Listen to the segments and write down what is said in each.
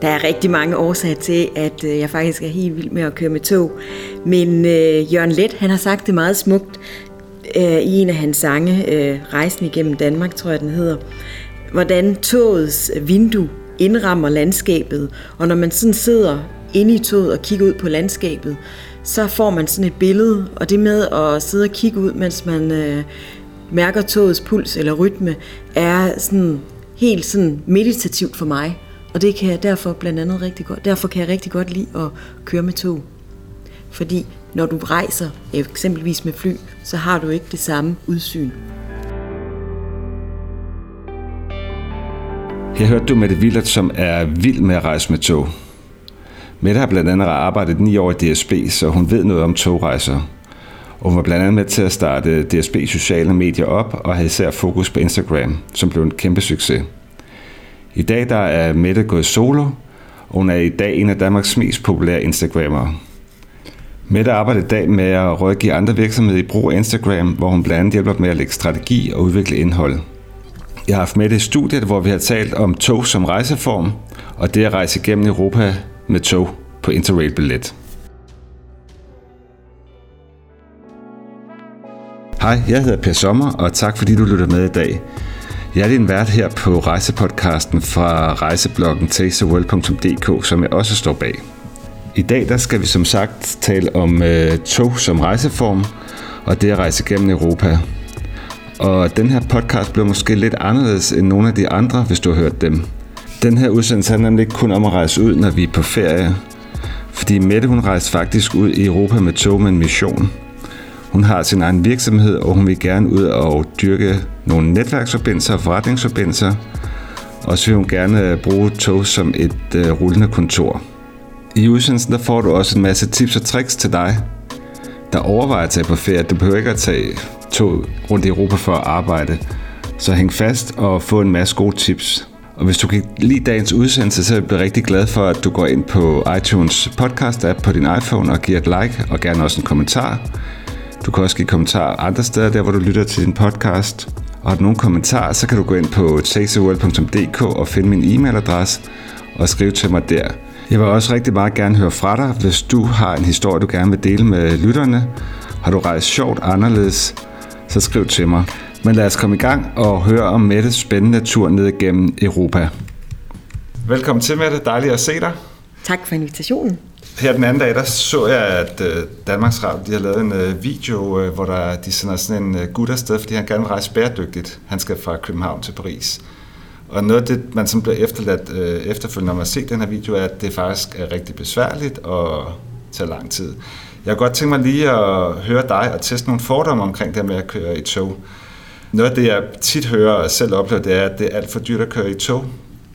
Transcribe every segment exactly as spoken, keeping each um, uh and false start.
Der er rigtig mange årsager til, at jeg faktisk er helt vild med at køre med tog. Men øh, Jørgen Leth, han har sagt det meget smukt øh, i en af hans sange, øh, Rejsen igennem Danmark, tror jeg den hedder. Hvordan togets vindue indrammer landskabet, og når man sådan sidder inde i toget og kigger ud på landskabet, så får man sådan et billede, og det med at sidde og kigge ud, mens man øh, mærker togets puls eller rytme, er sådan helt sådan meditativt for mig. Og det kan jeg derfor blandt andet rigtig godt. Derfor kan jeg rigtig godt lide at køre med tog. Fordi når du rejser, eksempelvis med fly, så har du ikke det samme udsyn. Her hørte du Mette Willert, som er vild med at rejse med tog. Mette har blandt andet arbejdet ni år i D S B, så hun ved noget om togrejser. Og hun var blandt andet med til at starte D S B sociale medier op og havde især fokus på Instagram, som blev en kæmpe succes. I dag der er Mette gået solo, og hun er i dag en af Danmarks mest populære Instagrammere. Mette arbejder i dag med at rådgive andre virksomheder i brug af Instagram, hvor hun blandt andet hjælper med at lægge strategi og udvikle indhold. Jeg har haft Mette i studiet, hvor vi har talt om tog som rejseform, og det at rejse igennem Europa med tog på Interrail-billet. Hej, jeg hedder Per Sommer, og tak fordi du lytter med i dag. Jeg er din vært her på rejsepodcasten fra rejsebloggen taste the world punktum d k, som jeg også står bag. I dag der skal vi som sagt tale om øh, tog som rejseform, og det at rejse gennem Europa. Og den her podcast bliver måske lidt anderledes end nogle af de andre, hvis du har hørt dem. Den her udsendelse handler nemlig ikke kun om at rejse ud, når vi er på ferie. Fordi Mette hun rejste faktisk ud i Europa med tog med en mission. Hun har sin egen virksomhed, og hun vil gerne ud og dyrke nogle netværksforbindelser og forretningsforbindelser. Og så vil hun gerne bruge tog som et uh, rullende kontor. I udsendelsen der får du også en masse tips og tricks til dig, der overvejer at tage på ferie. Du behøver ikke at tage tog rundt i Europa for at arbejde. Så hæng fast og få en masse gode tips. Og hvis du kan lide dagens udsendelse, så er jeg rigtig glad for, at du går ind på iTunes podcast-app på din iPhone og giver et like og gerne også en kommentar. Du kan også give kommentarer andre steder, der hvor du lytter til din podcast. Og har du nogle kommentarer, så kan du gå ind på taste the world punktum d k og finde min e-mailadresse og skrive til mig der. Jeg vil også rigtig meget gerne høre fra dig, hvis du har en historie, du gerne vil dele med lytterne. Har du rejst sjovt anderledes, så skriv til mig. Men lad os komme i gang og høre om Mettes spændende tur ned gennem Europa. Velkommen til, Mette. Dejligt at se dig. Tak for invitationen. Her den anden dag, der så jeg, at Danmarks Radio de har lavet en video, hvor der, de sender sådan en gut afsted, fordi han gerne vil rejse bæredygtigt. Han skal fra København til Paris. Og noget af det, man sådan bliver efterladt efterfølgende, når man ser den her video, er, at det faktisk er rigtig besværligt og tager lang tid. Jeg kunne godt tænke mig lige at høre dig og teste nogle fordomme omkring det med at køre i tog. Noget af det, jeg tit hører og selv oplever, det er, at det er alt for dyrt at køre i tog.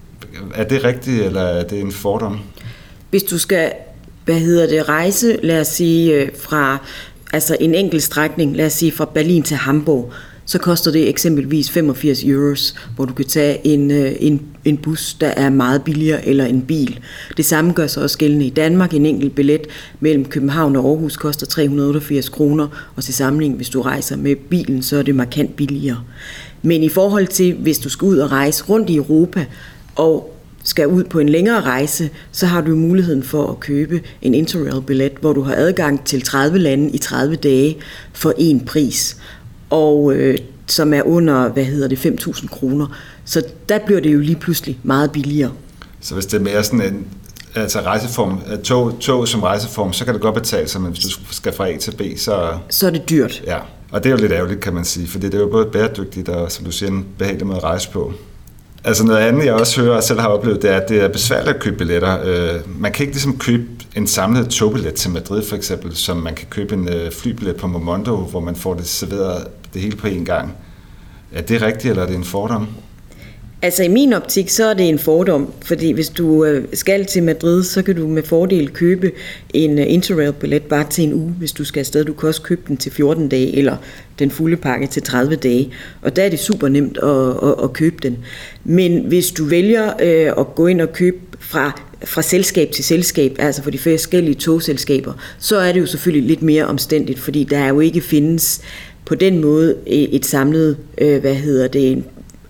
Er det rigtigt, eller er det en fordom? Hvis du skal, hvad hedder det, rejse, lad os sige, fra altså en enkelt strækning, lad os sige fra Berlin til Hamburg, så koster det eksempelvis femogfirs euros, hvor du kan tage en, en, en bus, der er meget billigere, eller en bil. Det samme gør sig også gældende i Danmark. En enkelt billet mellem København og Aarhus koster tre hundrede og otteogfirs kroner, og til sammenligning, hvis du rejser med bilen, så er det markant billigere. Men i forhold til, hvis du skal ud og rejse rundt i Europa, og skal ud på en længere rejse, så har du muligheden for at købe en Interrail-billet, hvor du har adgang til tredive lande i tredive dage for én pris. Og øh, som er under, hvad hedder det, fem tusind kroner. Så der bliver det jo lige pludselig meget billigere. Så hvis det er mere sådan en altså rejseform, tog, tog som rejseform, så kan det godt betale sig, men hvis du skal fra A til B, så... Så er det dyrt. Ja, og det er jo lidt ærgerligt, kan man sige, for det er jo både bæredygtigt og, som du siger, en behagelig måde at rejse på. Altså noget andet, jeg også hører og selv har oplevet, det er, at det er besværligt at købe billetter. Man kan ikke ligesom købe en samlet togbillet til Madrid for eksempel, som man kan købe en flybillet på Momondo, hvor man får det serveret det hele på én gang. Er det rigtigt, eller er det en fordom? Altså i min optik, så er det en fordom, fordi hvis du skal til Madrid, så kan du med fordel købe en Interrail-billet bare til en uge, hvis du skal afsted. Du kan også købe den til fjorten dage, eller den fulde pakke til tredive dage, og der er det super nemt at, at, at købe den. Men hvis du vælger øh, at gå ind og købe fra, fra selskab til selskab, altså for de forskellige togselskaber, så er det jo selvfølgelig lidt mere omstændigt, fordi der jo ikke findes på den måde et samlet, øh, hvad hedder det,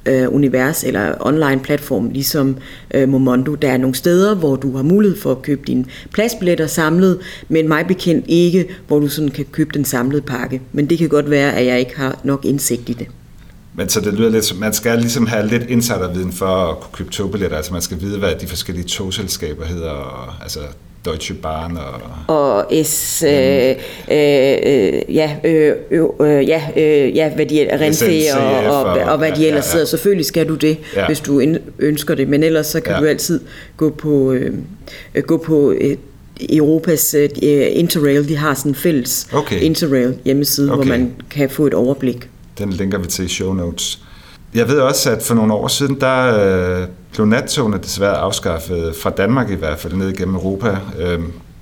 øh, univers eller online platform, ligesom øh, Momondo. Der er nogle steder, hvor du har mulighed for at købe dine pladsbilletter samlet, men mig bekendt ikke, hvor du sådan kan købe den samlede pakke. Men det kan godt være, at jeg ikke har nok indsigt i det. Men så det lyder lidt som, man skal ligesom have lidt insiderviden for at kunne købe togbilletter, altså man skal vide, hvad de forskellige togselskaber hedder, og, altså Deutsche Bahn og... Og S... Øh, øh, øh, ja, øh, øh, ja, øh, ja, hvad de er, Renfe og, og, og, og hvad de ellers ja, ja. sidder. Selvfølgelig skal du det, ja. hvis du ønsker det, men ellers så kan ja. du altid gå på, øh, gå på øh, Europas øh, Interrail. De har sådan en fælles okay. Interrail hjemmeside, okay. hvor man kan få et overblik. Den linker vi til i show notes. Jeg ved også, at for nogle år siden, der øh, blev nattogene desværre afskaffet, fra Danmark i hvert fald, ned igennem Europa. Øh,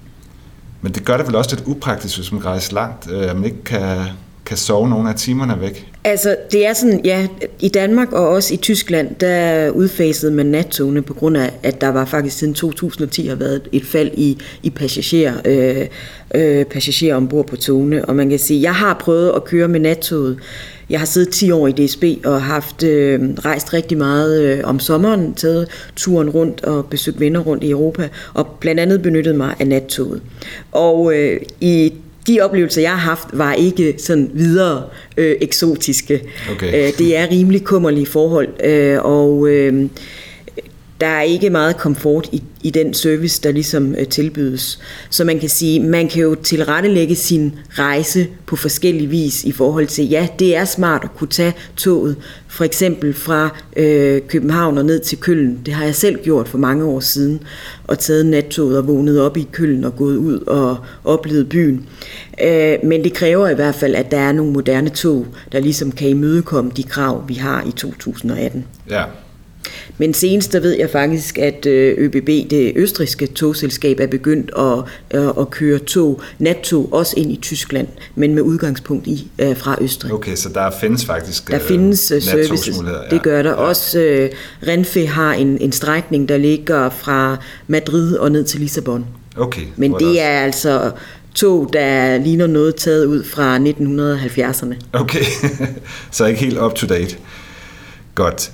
men det gør det vel også lidt upraktisk, hvis man rejser langt, øh, at man ikke kan, kan sove nogle af timerne væk. Altså, det er sådan, ja, i Danmark og også i Tyskland, der udfasede man nattogene på grund af, at der var faktisk siden to tusind og ti har været et fald i, i passagerer, øh, øh, passagerer ombord på togene. Og man kan sige, jeg har prøvet at køre med nattoget. Jeg har siddet ti år i D S B og haft øh, rejst rigtig meget øh, om sommeren, taget turen rundt og besøgt venner rundt i Europa, og blandt andet benyttet mig af nattoget. Og øh, i de oplevelser, jeg har haft, var ikke sådan videre øh, eksotiske. Okay. Øh, det er rimelig kummerlige forhold, øh, og øh, der er ikke meget komfort i, i den service, der ligesom øh, tilbydes. Så man kan sige, man kan jo tilrettelægge sin rejse på forskellig vis i forhold til, ja, det er smart at kunne tage toget, for eksempel fra øh, København og ned til Køln. Det har jeg selv gjort for mange år siden, og taget nattoget og vågnet op i Køln og gået ud og oplevet byen. Øh, men det kræver i hvert fald, at der er nogle moderne tog, der ligesom kan imødekomme de krav, vi har i to tusind og atten. Ja. Men senest der ved jeg faktisk, at ÖBB, det østrigske togselskab, er begyndt at, at køre tog, nattog, også ind i Tyskland, men med udgangspunkt i fra Østrig. Okay, så der findes faktisk der findes services. Det gør der. Ja. Også uh, Renfe har en, en strækning, der ligger fra Madrid og ned til Lissabon. Okay. Men det også er altså tog, der ligner noget taget ud fra nitten halvfjerdserne. Okay, så ikke helt up to date. Godt.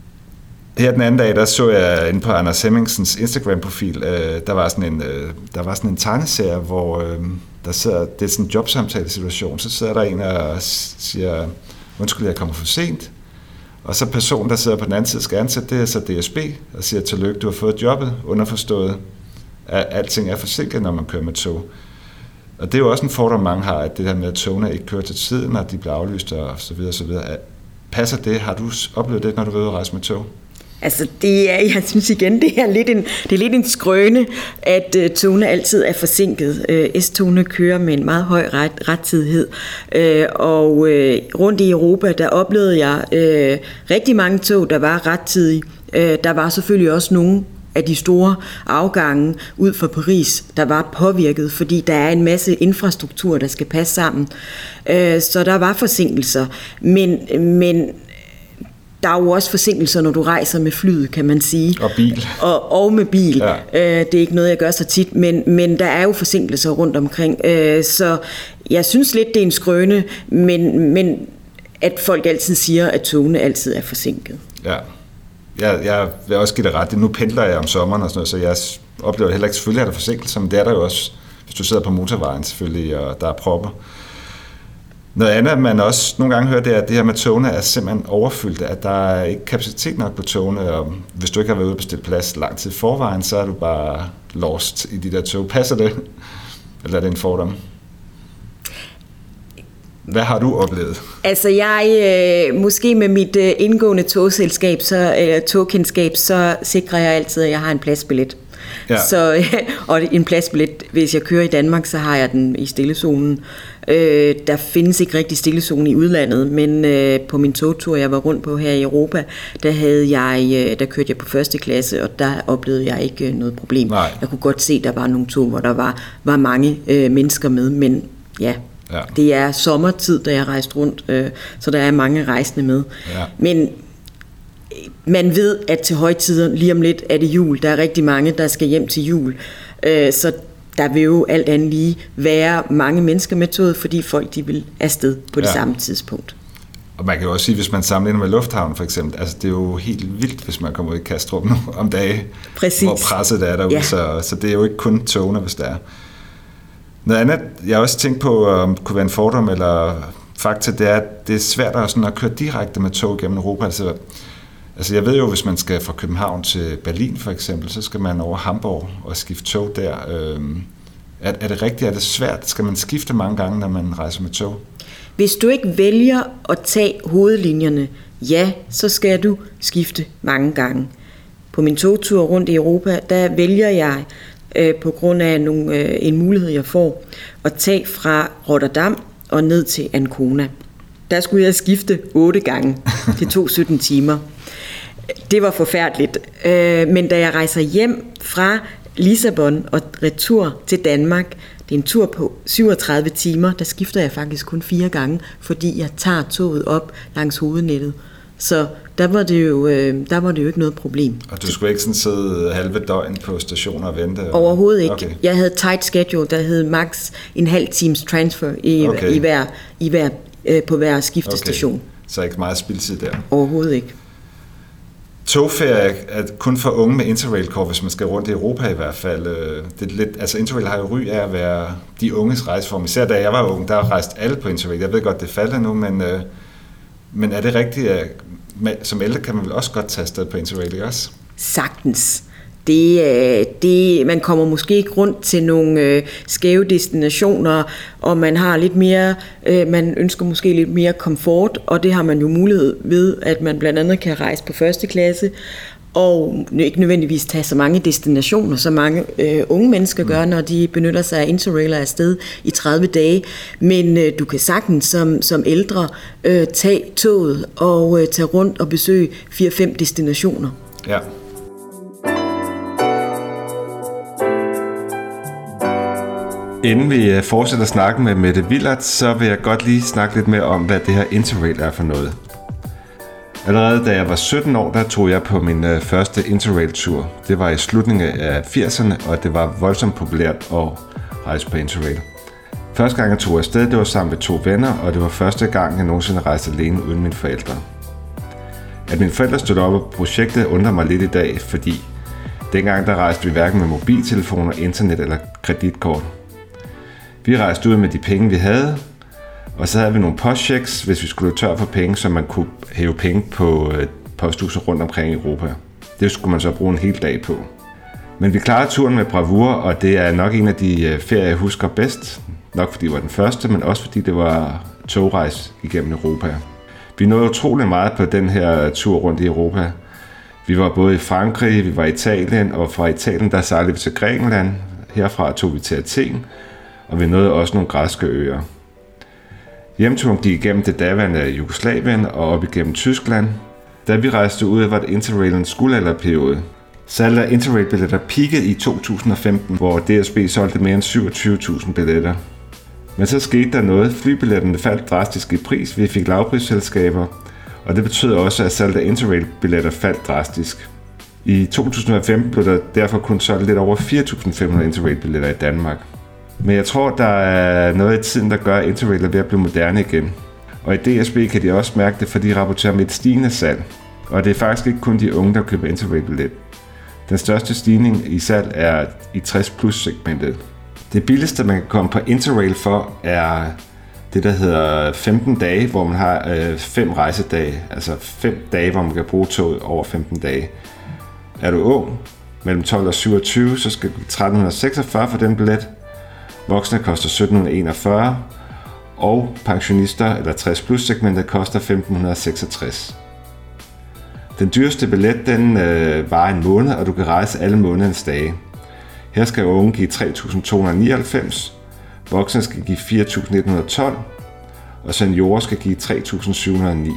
Her den anden dag, der så jeg inde på Anders Hemmingsens Instagram-profil, øh, der var sådan en, øh, der var sådan en tegneserie, hvor øh, der sidder, det er sådan en jobsamtale-situation, så sidder der en og siger, undskyld, jeg kommer for sent, og så personen, der sidder på den anden side, skal ansætte, det er så D S B, og siger, tillykke, du har fået jobbet, underforstået, at alting er forsinket, når man kører med tog. Og det er jo også en fordom, mange har, at det her med, at togene ikke kører til tiden, og de bliver aflyst, og så videre, så videre. Passer det? Har du oplevet det, når du vil ud og rejse med tog? Altså, det er, jeg synes igen, det er lidt en, det er lidt en skrøne, at uh, togene altid er forsinket. Uh, S-togene kører med en meget høj ret, rettidighed, uh, og uh, rundt i Europa, der oplevede jeg uh, rigtig mange tog, der var rettidige. Uh, der var selvfølgelig også nogle af de store afgange ud fra Paris, der var påvirket, fordi der er en masse infrastruktur, der skal passe sammen. Uh, så der var forsinkelser, men... men der er jo også forsinkelser, når du rejser med flyet, kan man sige. Og bil. Og, og med bil. Ja. Det er ikke noget, jeg gør så tit, men, men der er jo forsinkelser rundt omkring. Så jeg synes lidt, det er en skrøne, men, men at folk altid siger, at togene altid er forsinket. Ja, jeg, jeg vil også give det ret. Nu pendler jeg om sommeren og sådan noget, så jeg oplever heller ikke, selvfølgelig er der forsinkelser, men det er der jo også, hvis du sidder på motorvejen selvfølgelig, og der er propper. Noget andet, man også nogle gange hører, det er, at det her med togene er simpelthen overfyldt, at der er ikke kapacitet nok på togene, og hvis du ikke har været ude og bestilt plads lang tid i forvejen, så er du bare lost i de der tog. Passer det? Eller er det en fordom? Hvad har du oplevet? Altså jeg, øh, måske med mit øh, indgående togselskab, så, øh, togkendskab, så sikrer jeg altid, at jeg har en pladsbillet. Ja. Så, og en pladsbillet, hvis jeg kører i Danmark, så har jeg den i stillezonen. Øh, der findes ikke rigtig stillezone i udlandet, men øh, på min togtur, jeg var rundt på her i Europa, der, havde jeg, øh, der kørte jeg på første klasse, og der oplevede jeg ikke øh, noget problem. Nej. Jeg kunne godt se, at der var nogle tog, hvor der var, var mange øh, mennesker med, men ja, ja, det er sommertid, da jeg rejste rundt, øh, så der er mange rejsende med. Ja. Men man ved, at til højtider, lige om lidt er det jul, der er rigtig mange, der skal hjem til jul, øh, så der vil jo alt andet lige være mange mennesker med toget, fordi folk de vil afsted på det ja. samme tidspunkt. Og man kan jo også sige, hvis man sammenligner med lufthavnen for eksempel, altså det er jo helt vildt, hvis man kommer ud i Kastrup nu om dagen, Præcis. Hvor presset er derude, ja. så, så det er jo ikke kun togene, hvis det er. Noget andet, jeg har også tænkt på, om det kunne være en fordom eller fakta, det er, at det er svært at, sådan, at køre direkte med tog gennem Europa. Altså, altså jeg ved jo, hvis man skal fra København til Berlin for eksempel, så skal man over Hamburg og skifte tog der. Øhm, er, er det rigtigt? Er det svært? Skal man skifte mange gange, når man rejser med tog? Hvis du ikke vælger at tage hovedlinjerne, ja, så skal du skifte mange gange. På min togtur rundt i Europa, der vælger jeg øh, på grund af nogle, øh, en mulighed, jeg får, at tage fra Rotterdam og ned til Ancona. Der skulle jeg skifte otte gange. Det tog sytten timer. Det var forfærdeligt. Øh, men da jeg rejser hjem fra Lissabon og retur til Danmark, det er en tur på syvogtredive timer, der skifter jeg faktisk kun fire gange, fordi jeg tager toget op langs hovednettet. Så der var det jo, der var det jo ikke noget problem. Og du skulle ikke sådan sidde halve døgn på stationer og vente? Overhovedet ikke. Okay. Jeg havde tight schedule, der hed max en halv times transfer i, okay. i hver, i hver, på hver skiftestation. Okay. Så ikke meget spildtid der? Overhovedet ikke. Togferie er kun for unge med Interrail-kort, hvis man skal rundt i Europa i hvert fald. Det er lidt, altså Interrail har jo ry af at være de unges rejseform. Især da jeg var ung, der rejste alle på Interrail. Jeg ved godt, det faldt nu, men, men er det rigtigt, at som ældre kan man vel også godt tage afsted på Interrail, ikke også? Sagtens. Det, det, man kommer måske ikke rundt til nogle øh, skæve destinationer, og man har lidt mere, øh, man ønsker måske lidt mere komfort, og det har man jo mulighed ved, at man blandt andet kan rejse på første klasse, og ikke nødvendigvis tage så mange destinationer, så mange øh, unge mennesker gør, når de benytter sig af Interrail og afsted i tredive dage. Men øh, du kan sagtens som, som ældre øh, tage toget og øh, tage rundt og besøge fire fem destinationer. Ja. Inden vi fortsætter snakken med Mette Willert, så vil jeg godt lige snakke lidt mere om, hvad det her Interrail er for noget. Allerede da jeg var sytten år, der tog jeg på min første Interrail-tur. Det var i slutningen af firserne, og det var voldsomt populært at rejse på Interrail. Første gang jeg tog afsted, det var sammen med to venner, og det var første gang, jeg nogensinde rejste alene uden mine forældre. At mine forældre stod op på projektet undrer mig lidt i dag, fordi dengang der rejste vi hverken med mobiltelefoner, internet eller kreditkort. Vi rejste ud med de penge, vi havde, og så havde vi nogle postchecks, hvis vi skulle tør for penge, så man kunne hæve penge på posthuse rundt omkring i Europa. Det skulle man så bruge en hel dag på. Men vi klarede turen med bravur, og det er nok en af de ferier, jeg husker bedst. Nok fordi det var den første, men også fordi det var togrejse igennem Europa. Vi nåede utrolig meget på den her tur rundt i Europa. Vi var både i Frankrig, vi var i Italien, og fra Italien der sejlede vi til Grækenland. Herfra tog vi til Athen, og vi nåede også nogle græske øer. Hjemturen gik igennem det daværende Jugoslavien og op igennem Tyskland. Da vi rejste ud, var det Interrailens guldalderperiode. Salget af Interrail-billetter peakede i to tusind og femten, hvor D S B solgte mere end syvogtyve tusind billetter. Men så skete der noget. Flybilletterne faldt drastisk i pris. Vi fik lavprisselskaber, og det betød også, at salget af Interrail-billetter faldt drastisk. I to tusind og femten blev der derfor kun solgt lidt over fire tusind fem hundrede Interrail-billetter i Danmark. Men jeg tror, der er noget i tiden, der gør, at Interrail er ved at blive moderne igen. Og i D S B kan de også mærke det, for de rapporterer med et stigende salg. Og det er faktisk ikke kun de unge, der køber Interrail-billet. Den største stigning i salg er i tres plus segmentet. Det billigste, man kan komme på Interrail for, er det, der hedder femten dage, hvor man har øh, fem rejsedage. Altså fem dage, hvor man kan bruge toget over femten dage. Er du ung, mellem tolv og syvogtyve, så skal du tretten seksogfyrre for den billet. Voksne koster sytten enogfyrre, og pensionister eller tres plus segmentet koster femten seksogtres. Den dyreste billet, den øh, varer en måned, og du kan rejse alle månedens dage. Her skal unge give tre tusind to hundrede nioghalvfems, voksne skal give fire tusind et hundrede og tolv, og seniorer skal give tre tusind syv hundrede og ni.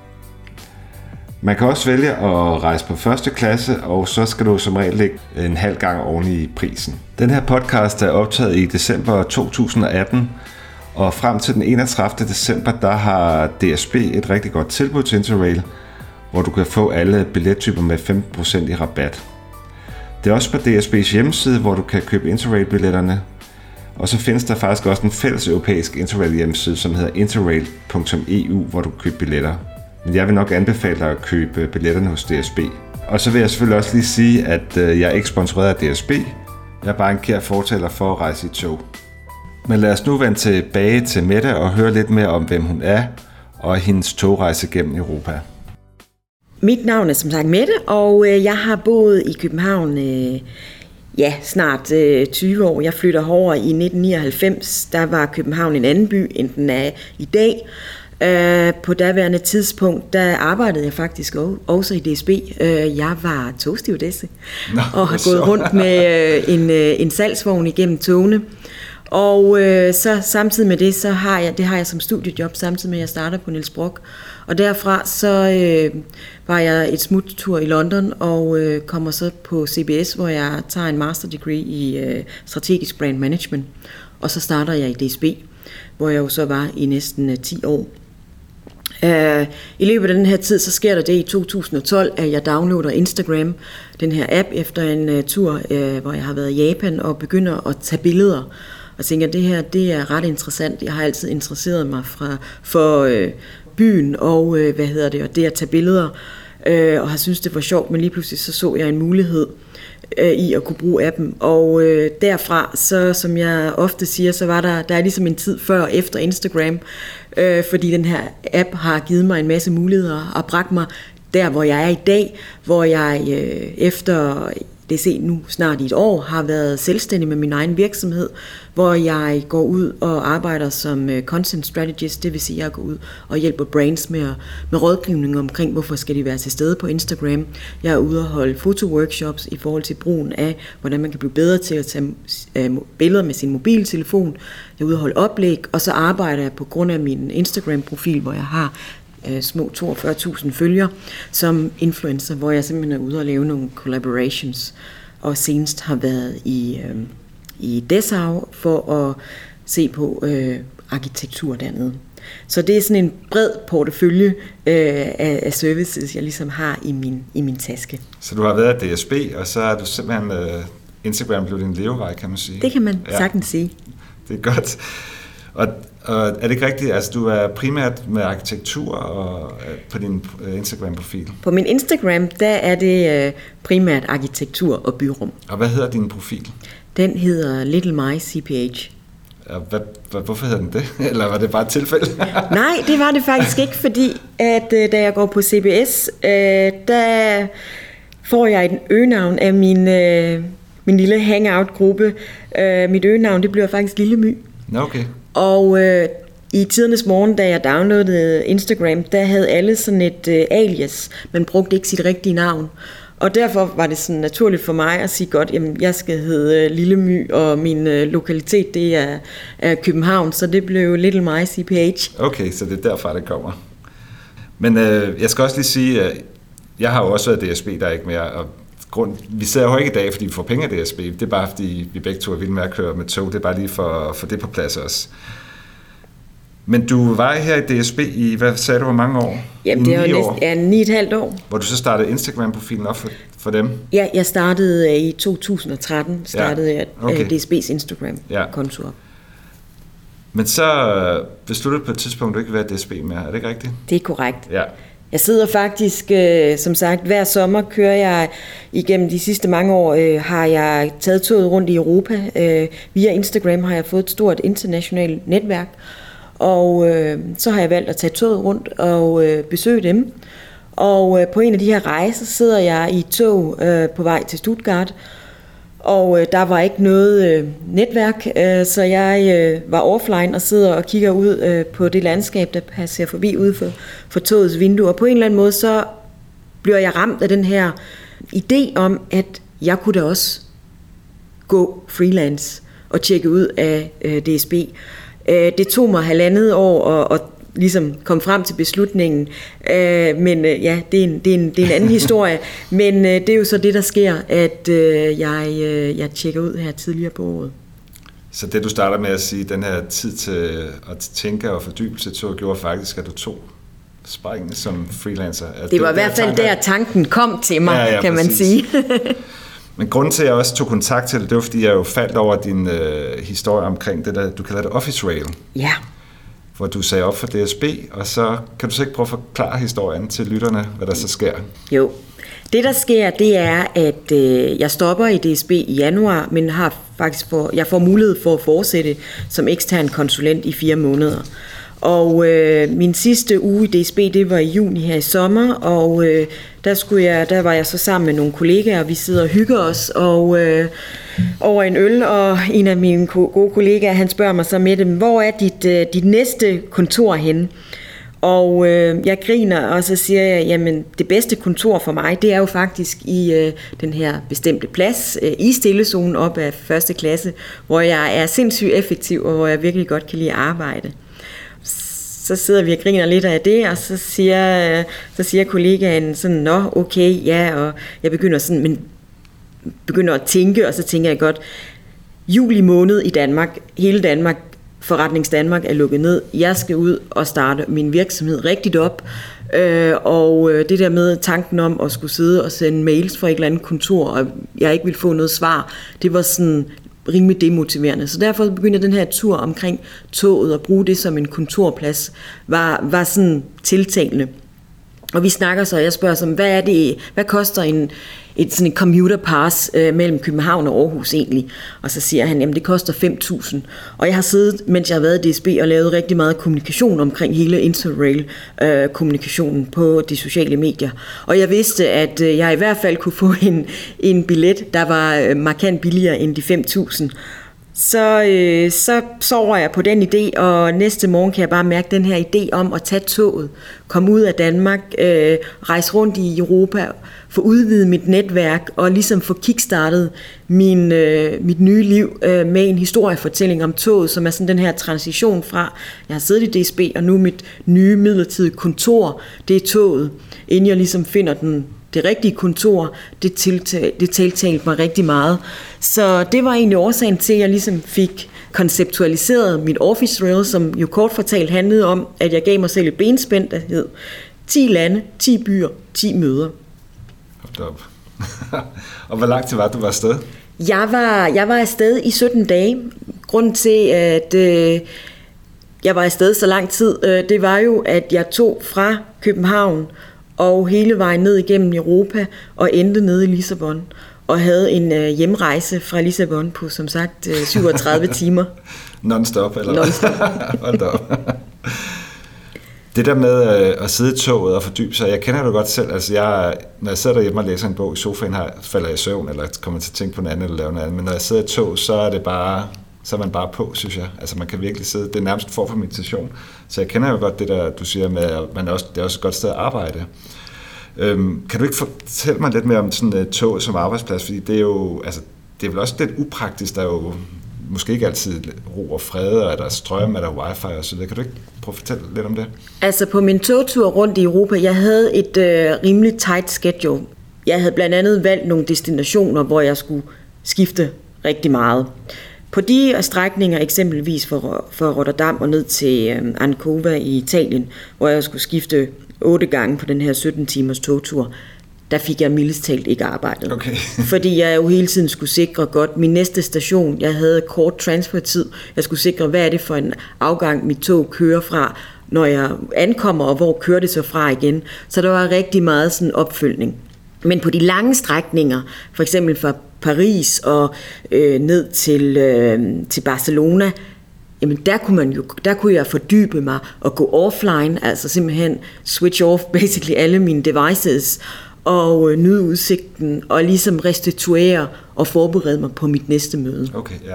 Man kan også vælge at rejse på første klasse, og så skal du som regel lægge en halv gang oven i prisen. Den her podcast er optaget i december to tusind og atten, og frem til den enogtredivte december, der har D S B et rigtig godt tilbud til Interrail, hvor du kan få alle billettyper med femten procent i rabat. Det er også på D S B's hjemmeside, hvor du kan købe Interrail-billetterne, Og så findes der faktisk også en fælles europæisk Interrail hjemmeside, som hedder interrail punktum e u, hvor du kan købe billetter. Men jeg vil nok anbefale dig at købe billetterne hos D S B. Og så vil jeg selvfølgelig også lige sige, at jeg er ikke sponsoreret af D S B. Jeg er bare en kær fortaler for at rejse i tog. Men lad os nu vende tilbage til Mette og høre lidt mere om, hvem hun er og hendes togrejse gennem Europa. Mit navn er som sagt Mette, og jeg har boet i København øh, ja, snart øh, tyve år. Jeg flytter over i nitten nioghalvfems. Der var København en anden by, end den er i dag. Øh, på daværende tidspunkt, der arbejdede jeg faktisk også i D S B. Øh, jeg var togstewardesse og har gået rundt med øh, en, øh, en salgsvogn igennem togene. Og øh, så samtidig med det, så har jeg, det har jeg som studiejob, samtidig med at jeg starter på Niels Brock. Og derfra så øh, var jeg et smuttur i London og øh, kommer så på C B S, hvor jeg tager en master degree i øh, strategisk brand management. Og så starter jeg i D S B, hvor jeg jo så var i næsten øh, ti år. Uh, I løbet af den her tid, så sker der det i to tusind og tolv, at jeg downloader Instagram, den her app, efter en uh, tur, uh, hvor jeg har været i Japan, og begynder at tage billeder. Og tænker, at det her, det er ret interessant. Jeg har altid interesseret mig fra, for uh, byen og, uh, hvad hedder det, og det at tage billeder, uh, og har syntes, det var sjovt, men lige pludselig så så jeg en mulighed uh, i at kunne bruge appen. Og uh, derfra, så som jeg ofte siger, så var der, der er ligesom en tid før og efter Instagram, Øh, fordi den her app har givet mig en masse muligheder og bragt mig der, hvor jeg er i dag, hvor jeg øh, efter det se nu snart i et år har været selvstændig med min egen virksomhed, hvor jeg går ud og arbejder som øh, content strategist, det vil sige, at jeg går ud og hjælper brands med, med rådgivning omkring, hvorfor skal de være til stede på Instagram. Jeg er ude og holde fotoworkshops i forhold til brugen af, hvordan man kan blive bedre til at tage øh, billeder med sin mobiltelefon. Jeg er ude og holde oplæg, og så arbejder jeg på grund af min Instagram-profil, hvor jeg har øh, små toogfyrre tusind følgere som influencer, hvor jeg simpelthen er ude og lave nogle collaborations, og senest har været i, øh, i Dessau for at se på øh, arkitektur dernede. Så det er sådan en bred portefølje øh, af, af services, jeg ligesom har i min, i min taske. Så du har været i D S B, og så er du simpelthen øh, Instagram blev din levevej, kan man sige? Det kan man ja. sagtens sige. Det er godt. Og, og er det ikke rigtigt, altså du er primært med arkitektur og, på din Instagram-profil? På min Instagram, der er det øh, primært arkitektur og byrum. Og hvad hedder din profil? Den hedder Little My C P H. Hvad, hvad, hvorfor hedder den det? Eller var det bare et tilfælde? Nej, det var det faktisk ikke, fordi at øh, da jeg går på C B S, øh, der får jeg et øgenavn af min, øh, min lille hangout-gruppe. Øh, mit øgenavn, det bliver faktisk Lille My. Okay. Og øh, i tidernes morgen, da jeg downloadede Instagram, der havde alle sådan et øh, alias, men brugte ikke sit rigtige navn. Og derfor var det sådan naturligt for mig at sige godt, jamen jeg skal hedde Lille My, og min øh, lokalitet det er, er København, så det blev Little My C P H. Okay, så det er derfra det kommer. Men øh, jeg skal også lige sige, at jeg har jo også været D S B, der er ikke mere, og grund, vi sidder jo ikke i dag, fordi vi får penge af D S B, det er bare fordi vi begge to er vilde med at køre med tog, det er bare lige for at få det på plads også. Men du var her i D S B i, hvad sagde du, hvor mange år? Jamen det er jo næsten ja, ni et halvt år. Hvor du så startede Instagram-profilen op for, for dem? Ja, jeg startede i to tusind og tretten, startede ja, okay. jeg D S B's Instagram-konto op. Men så besluttede du på et tidspunkt, at du ikke vil være D S B mere, er det ikke rigtigt? Det er korrekt. Ja. Jeg sidder faktisk, øh, som sagt, hver sommer kører jeg igennem de sidste mange år, øh, har jeg taget toget rundt i Europa. Øh, via Instagram har jeg fået et stort internationalt netværk, og øh, så har jeg valgt at tage toget rundt og øh, besøge dem. Og øh, på en af de her rejser sidder jeg i et tog øh, på vej til Stuttgart, og øh, der var ikke noget øh, netværk, øh, så jeg øh, var offline og sidder og kigger ud øh, på det landskab, der passer forbi ude for, for togets vindue. Og på en eller anden måde, så bliver jeg ramt af den her idé om, at jeg kunne da også gå freelance og tjekke ud af øh, D S B. Øh, det tog mig halvandet år at, at ligesom kom frem til beslutningen, øh, men øh, ja, det er, en, det, er en, det er en anden historie, men øh, det er jo så det, der sker, at øh, jeg, øh, jeg tjekker ud her tidligere på året. Så det, du starter med at sige, den her tid til at tænke og fordybelse, tog, gjorde faktisk, at du tog springen som freelancer? At det var i hvert fald tanker... der, tanken kom til mig, ja, ja, kan præcis. Man sige. Men grunden til, at jeg også tog kontakt til det, det var, fordi jeg jo faldt over din øh, historie omkring det der, du kalder det Office Rail. Ja. Hvor du sagde op for D S B, og så kan du så ikke prøve at forklare historien til lytterne, hvad der så sker? Jo. Det, der sker, det er, at øh, jeg stopper i D S B i januar, men har faktisk for, jeg får mulighed for at fortsætte som ekstern konsulent i fire måneder. Og øh, min sidste uge i D S B, det var i juni her i sommer, og øh, der, skulle jeg, der var jeg så sammen med nogle kollegaer, og vi sidder og hygger os og, øh, over en øl, og en af mine gode kollegaer, han spørger mig så med dem, hvor er dit, øh, dit næste kontor henne? Og øh, jeg griner, og så siger jeg, jamen det bedste kontor for mig, det er jo faktisk i øh, den her bestemte plads, øh, i stillezonen op af første klasse, hvor jeg er sindssygt effektiv, og hvor jeg virkelig godt kan lide at arbejde. Så sidder vi og griner lidt af det, og så siger, så siger kollegaen sådan, nå, okay, ja, og jeg begynder sådan, men begynder at tænke, og så tænker jeg godt, juli måned i Danmark, hele Danmark, Forretnings Danmark er lukket ned. Jeg skal ud og starte min virksomhed rigtigt op, øh, og det der med tanken om at skulle sidde og sende mails fra et eller andet kontor, og jeg ikke ville få noget svar, det var sådan rimelig demotiverende. Så derfor begyndte den her tur omkring toget og bruge det som en kontorplads, var, var sådan tiltalende. Og vi snakker så, og jeg spørger så, hvad er det, hvad koster en, et sådan en commuter pass øh, mellem København og Aarhus egentlig? Og så siger han, jamen det koster fem tusind. Og jeg har siddet, mens jeg har været i D S B, og lavet rigtig meget kommunikation omkring hele Interrail-kommunikationen øh, på de sociale medier. Og jeg vidste, at øh, jeg i hvert fald kunne få en, en billet, der var øh, markant billigere end de fem tusind. Så, øh, så sover jeg på den idé, og næste morgen kan jeg bare mærke den her idé om at tage toget, komme ud af Danmark, øh, rejse rundt i Europa, få udvidet mit netværk og ligesom få kickstartet min, øh, mit nye liv øh, med en historiefortælling om toget, som er sådan den her transition fra, jeg har siddet i D S B, og nu mit nye midlertidige kontor, det er toget, inden jeg ligesom finder den det rigtige kontor, det, tiltal, det tiltalte mig rigtig meget. Så det var egentlig årsagen til, at jeg ligesom fik konceptualiseret mit Office Rail, som jo kort fortalt handlede om, at jeg gav mig selv et benspænd, der hed ti lande, ti byer, ti møder. Hold op. Og hvor lang tid var du var afsted? Jeg var, jeg var afsted i sytten dage. Grunden til, at øh, jeg var afsted så lang tid, øh, det var jo, at jeg tog fra København og hele vejen ned igennem Europa og endte nede i Lissabon og havde en øh, hjemrejse fra Lissabon på som sagt øh, syvogtredive timer. Non-stop, eller Non-stop. Hold da op. Det der med øh, at sidde i toget og fordybe sig, jeg kender det godt selv, altså jeg, når jeg sidder derhjemme og læser en bog i sofaen, her, falder jeg i søvn, eller kommer til at tænke på noget andet, eller lave noget andet, men når jeg sidder i tog, så er det bare, så er man bare på, synes jeg. Altså man kan virkelig sidde, det er nærmest en form for meditation. Så jeg kender jo godt det der, du siger med, at man er også, det er også et godt sted at arbejde. Øhm, kan du ikke fortælle mig lidt mere om sådan et tog som arbejdsplads, fordi det er jo, altså det er vel også lidt upraktisk, der er jo måske ikke altid ro og fred, og er der strøm, er der wifi og så videre. Kan du ikke prøve at fortælle lidt om det? Altså på min togtur rundt i Europa, jeg havde et øh, rimelig tight schedule. Jeg havde blandt andet valgt nogle destinationer, hvor jeg skulle skifte rigtig meget. På de strækninger, eksempelvis fra, fra Rotterdam og ned til øh, Ancona i Italien, hvor jeg skulle skifte otte gange på den her sytten timers togtur, der fik jeg mildest talt ikke arbejdet. Okay. Fordi jeg jo hele tiden skulle sikre godt min næste station. Jeg havde kort transfertid. Jeg skulle sikre, hvad er det for en afgang, mit tog kører fra, når jeg ankommer, og hvor kører det så fra igen. Så der var rigtig meget sådan opfølgning. Men på de lange strækninger, for eksempel fra Paris og øh, ned til, øh, til Barcelona, jamen der kunne, man jo, der kunne jeg fordybe mig og gå offline, altså simpelthen switch off basically alle mine devices, og nyde udsigten, og ligesom restituere og forberede mig på mit næste møde. Okay, ja.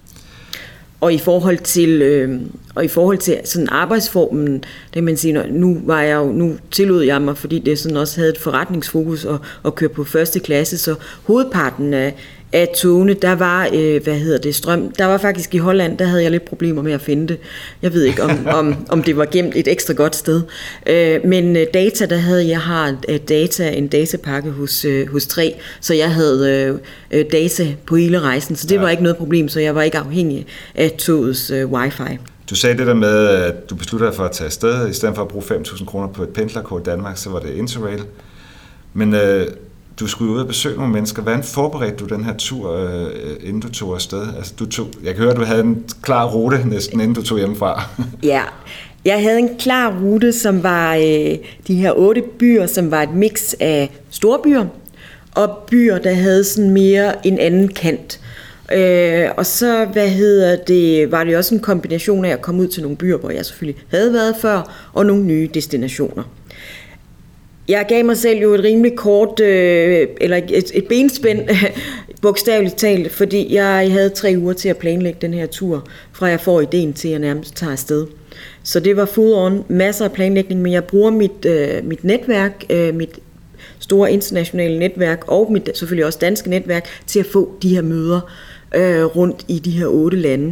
Og i forhold til øh, og i forhold til sådan arbejdsformen, det man siger, nu var jeg jo, nu tillod jeg mig, fordi det sådan også havde et forretningsfokus og og køre på første klasse, så hovedparten af af togene, der var, øh, hvad hedder det, strøm. Der var faktisk i Holland, der havde jeg lidt problemer med at finde det. Jeg ved ikke, om, om, om det var gemt et ekstra godt sted. Øh, men øh, data, der havde jeg har øh, data, en datapakke hos, øh, hos tre, så jeg havde øh, data på hele rejsen, så det ja. var ikke noget problem, så jeg var ikke afhængig af togets øh, wifi. Du sagde det der med, at du besluttede dig for at tage afsted, i stedet for at bruge fem tusind kroner på et pendlerkort i Danmark, så var det Interrail. Men øh, du skulle ud og besøge nogle mennesker. Hvordan forberedte du den her tur, øh, inden du tog afsted? Altså, du tog, jeg kan høre, at du havde en klar rute næsten, inden du tog hjemmefra. Ja, jeg havde en klar rute, som var øh, de her otte byer, som var et mix af store byer og byer, der havde sådan mere en anden kant. Øh, og så, hvad hedder det, var det også en kombination af at komme ud til nogle byer, hvor jeg selvfølgelig havde været før, og nogle nye destinationer. Jeg gav mig selv jo et rimelig kort, øh, eller et, et benspænd, bogstaveligt talt, fordi jeg havde tre uger til at planlægge den her tur, fra jeg får ideen til, at jeg nærmest tager afsted. Så det var full on, masser af planlægning, men jeg bruger mit, øh, mit netværk, øh, mit store internationale netværk, og mit selvfølgelig også danske netværk, til at få de her møder øh, rundt i de her otte lande.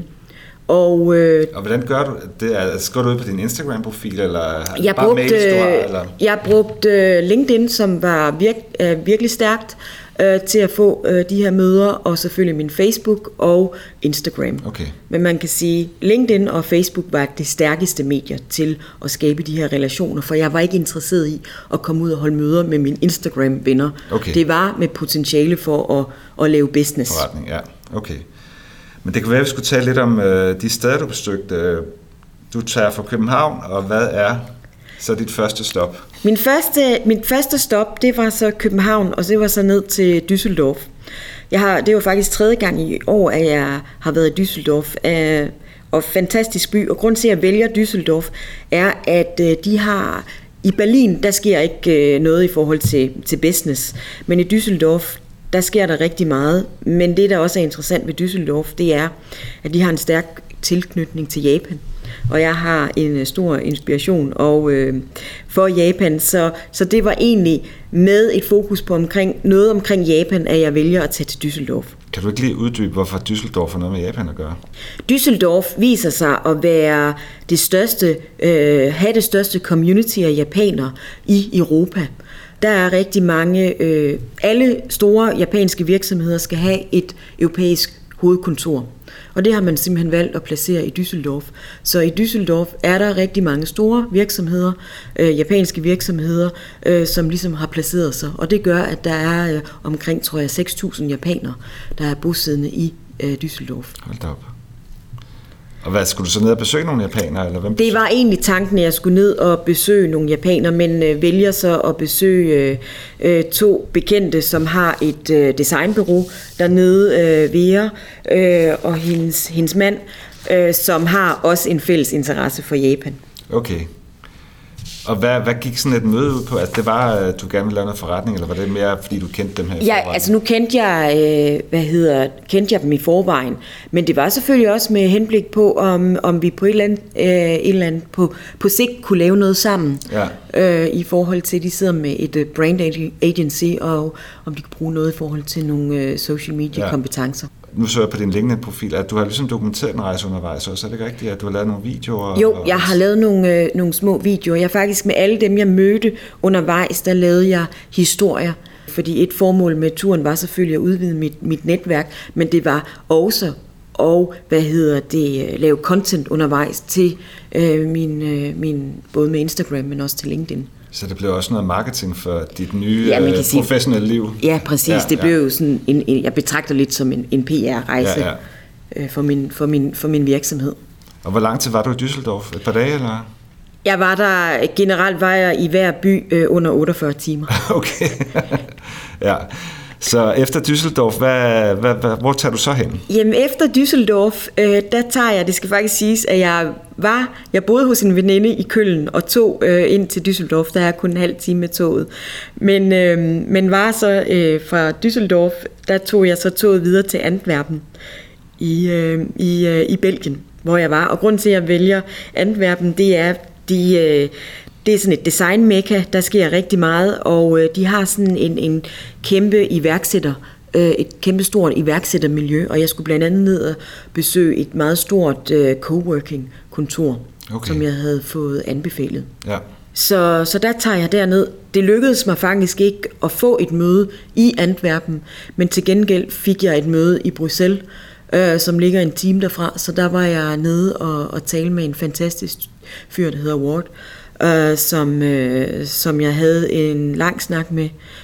Og, øh, og hvordan gør du det? Altså, går du ud på din Instagram-profil, eller jeg bare brugte, mails, du har? Eller? Jeg brugte uh, LinkedIn, som var virk, uh, virkelig stærkt uh, til at få uh, de her møder, og selvfølgelig min Facebook og Instagram. Okay. Men man kan sige, LinkedIn og Facebook var det stærkeste medier til at skabe de her relationer, for jeg var ikke interesseret i at komme ud og holde møder med mine Instagram-venner. Okay. Det var med potentiale for at, at lave business. Forretning, ja. Okay. Men det kan være, at vi skulle tale lidt om øh, de steder, du besøgte. Du tager fra København, og hvad er så dit første stop? Min første, min første stop, det var så København, og det var så ned til Düsseldorf. Jeg har, det var faktisk tredje gang i år, at jeg har været i Düsseldorf, øh, og fantastisk by. Og grund til, at jeg vælger Düsseldorf, er, at øh, de har... I Berlin, der sker ikke øh, noget i forhold til, til business, men i Düsseldorf, der sker der rigtig meget, men det, der også er interessant ved Düsseldorf, det er, at de har en stærk tilknytning til Japan. Og jeg har en stor inspiration og, øh, for Japan, så, så det var egentlig med et fokus på omkring, noget omkring Japan, at jeg vælger at tage til Düsseldorf. Kan du ikke lige uddybe, hvorfor Düsseldorf har noget med Japan at gøre? Düsseldorf viser sig at være det største, øh, have det største community af japanere i Europa. Der er rigtig mange, øh, alle store japanske virksomheder skal have et europæisk hovedkontor. Og det har man simpelthen valgt at placere i Düsseldorf. Så i Düsseldorf er der rigtig mange store virksomheder, øh, japanske virksomheder, øh, som ligesom har placeret sig. Og det gør, at der er øh, omkring, tror jeg, seks tusind japanere, der er bosiddende i øh, Düsseldorf. Hold da op. Og hvad, skulle du så ned og besøge nogle japanere? Eller hvem? Det var egentlig tanken, at jeg skulle ned og besøge nogle japanere, men øh, vælger så at besøge øh, to bekendte, som har et øh, designbureau dernede, øh, Vera, øh, og hendes, hendes mand, øh, som har også en fælles interesse for Japan. Okay. Og hvad, hvad gik sådan et møde ud på? Altså det var, at du gerne ville lave noget forretning, eller var det mere, fordi du kendte dem her i Ja, forvejen? altså nu kendte jeg, øh, hvad hedder, kendte jeg dem i forvejen, men det var selvfølgelig også med henblik på, om, om vi på et eller andet, øh, et eller andet på, på sigt kunne lave noget sammen, ja. øh, i forhold til, at de sidder med et uh, brand agency, og om de kan bruge noget i forhold til nogle øh, social media kompetencer. Ja. Nu så jeg på din LinkedIn-profil, at du har ligesom dokumenteret en rejse undervejs også. Er det ikke rigtigt, at du har lavet nogle videoer? Jo, og... jeg har lavet nogle, øh, nogle små videoer. Jeg faktisk med alle dem, jeg mødte undervejs, der lavede jeg historier. Fordi et formål med turen var selvfølgelig at udvide mit, mit netværk, men det var også og hvad hedder det, lave content undervejs til øh, min, øh, min, både med Instagram, men også til LinkedIn. Så det blev også noget marketing for dit nye ja, øh, sige, professionelle liv? Ja, præcis. Ja, det blev ja. jo sådan en, en, jeg betragter lidt som en, en P R-rejse ja, ja. øh, for, min, for, min, for min virksomhed. Og hvor lang tid var du i Düsseldorf? Et par dage, eller? Jeg var der, generelt var jeg i hver by øh, under otteogfyrre timer. Okay, ja. Så efter Düsseldorf, hvad, hvad, hvad, hvor tager du så hen? Jamen efter Düsseldorf, øh, der tager jeg, det skal faktisk siges, at jeg var, jeg boede hos en veninde i Køln og tog øh, ind til Düsseldorf, der er kun en halv time med toget. Men, øh, men var så øh, fra Düsseldorf, der tog jeg så toget videre til Antwerpen i, øh, i, øh, i Belgien, hvor jeg var. Og grunden til, at jeg vælger Antwerpen, det er, de... Øh, Det er sådan et design-mekka, der sker rigtig meget, og øh, de har sådan en, en kæmpe iværksætter, øh, et kæmpe stort iværksættermiljø, og jeg skulle blandt andet ned og besøge et meget stort øh, coworking-kontor, okay. som jeg havde fået anbefalet. Ja. Så, så der tager jeg derned. Det lykkedes mig faktisk ikke at få et møde i Antwerpen, men til gengæld fik jeg et møde i Bruxelles, øh, som ligger en time derfra, så der var jeg nede og, og tale med en fantastisk fyr, der hedder Ward, Uh, som, uh, som jeg havde en lang snak med,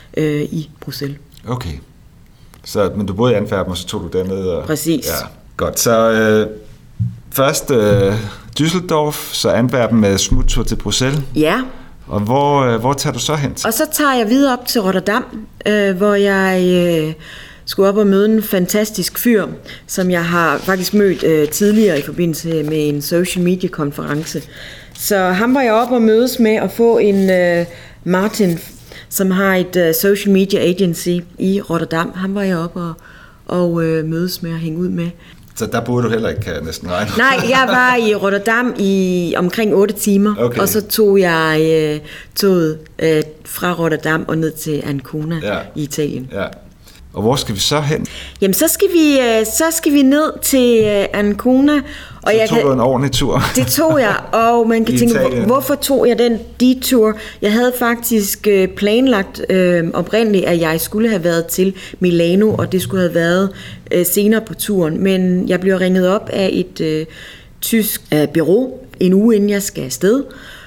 øh, i Bruxelles. Okay. Så, men du boede i Antwerpen, og så tog du derned? Og, Præcis. Ja, godt. Så øh, først øh, Düsseldorf, så Antwerpen med smuttur til Bruxelles. Ja. Og hvor, øh, hvor tager du så hen? Og så tager jeg videre op til Rotterdam, øh, hvor jeg øh, skulle op og møde en fantastisk fyr, som jeg har faktisk mødt øh, tidligere i forbindelse med en social media konference. Så ham var jeg op og mødes med at få en øh, Martin, som har et øh, social media agency i Rotterdam. Han var jeg op og, og øh, mødes med og hænge ud med. Så der boede du heller ikke, kan jeg næsten regne. Nej, jeg var i Rotterdam i omkring otte timer, okay. Og så tog jeg øh, toget øh, fra Rotterdam og ned til Ancona ja. i Italien. Ja. Og hvor skal vi så hen? Jamen, så skal vi, øh, så skal vi ned til øh, Ancona. Og så jeg tog kan, du en ordentlig tur. Det tog jeg, og man kan tænke, hvor, hvorfor tog jeg den detur? Jeg havde faktisk øh, planlagt øh, oprindeligt, at jeg skulle have været til Milano, og det skulle have været øh, senere på turen. Men jeg blev ringet op af et øh, tysk øh, bureau en uge inden jeg skal afsted.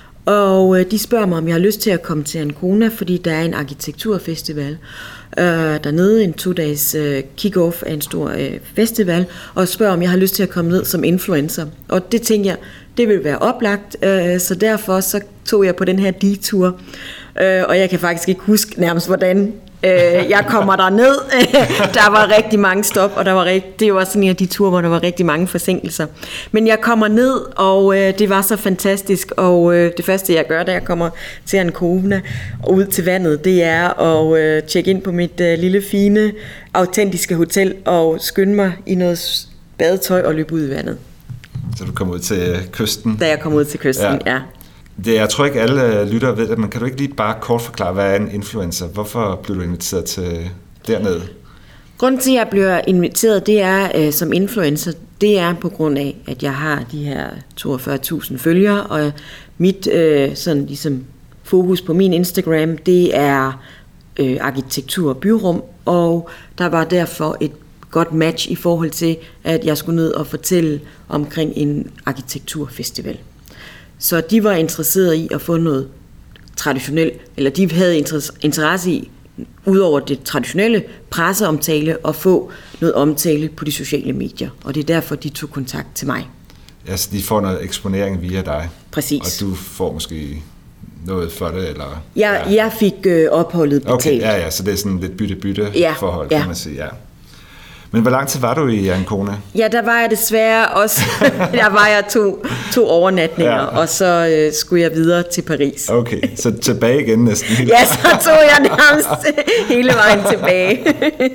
Og øh, de spørger mig, om jeg har lyst til at komme til Ancona, fordi der er en arkitekturfestival øh, dernede, en to-dages øh, kick-off af en stor øh, festival, og spørger, om jeg har lyst til at komme ned som influencer. Og det tænkte jeg, det ville være oplagt, øh, så derfor så tog jeg på den her detur. Øh, og jeg kan faktisk ikke huske nærmest, hvordan øh, jeg kommer derned. Der var rigtig mange stop, og der var rigt- det var sådan en af de ture, hvor der var rigtig mange forsinkelser. Men jeg kommer ned, og øh, det var så fantastisk, og øh, det første jeg gør, da jeg kommer til Ancona og ud til vandet, det er at øh, tjekke ind på mit øh, lille fine, autentiske hotel og skynde mig i noget badetøj og løbe ud i vandet. Så du kom ud til kysten? Da jeg kom ud til kysten, ja. ja. Det, jeg tror ikke alle lyttere ved det, men kan du ikke lige bare kort forklare, hvad er en influencer? Hvorfor blev du inviteret til dernede? Grunden til, at jeg bliver inviteret, det er øh, som influencer, det er på grund af, at jeg har de her toogfyrre tusind følgere, og mit øh, sådan ligesom fokus på min Instagram, det er øh, arkitektur og byrum, og der var derfor et godt match i forhold til, at jeg skulle ned og fortælle omkring en arkitekturfestival. Så de var interesserede i at få noget traditionelt, eller de havde interesse i, udover det traditionelle presseomtale, at få noget omtale på de sociale medier. Og det er derfor, de tog kontakt til mig. Ja, så de får noget eksponering via dig. Præcis. Og du får måske noget for det, eller? Jeg, ja. jeg fik øh, opholdet betalt. Okay, ja, ja, så det er sådan lidt bytte-bytte ja, forhold, kan ja. man sige, ja. Men hvor lang tid var du i Ancona? Ja, der var jeg desværre også. Der var jeg to, to overnatninger, ja. og så øh, skulle jeg videre til Paris. Okay, så tilbage igen næsten. Ja, så tog jeg nærmest hele vejen tilbage.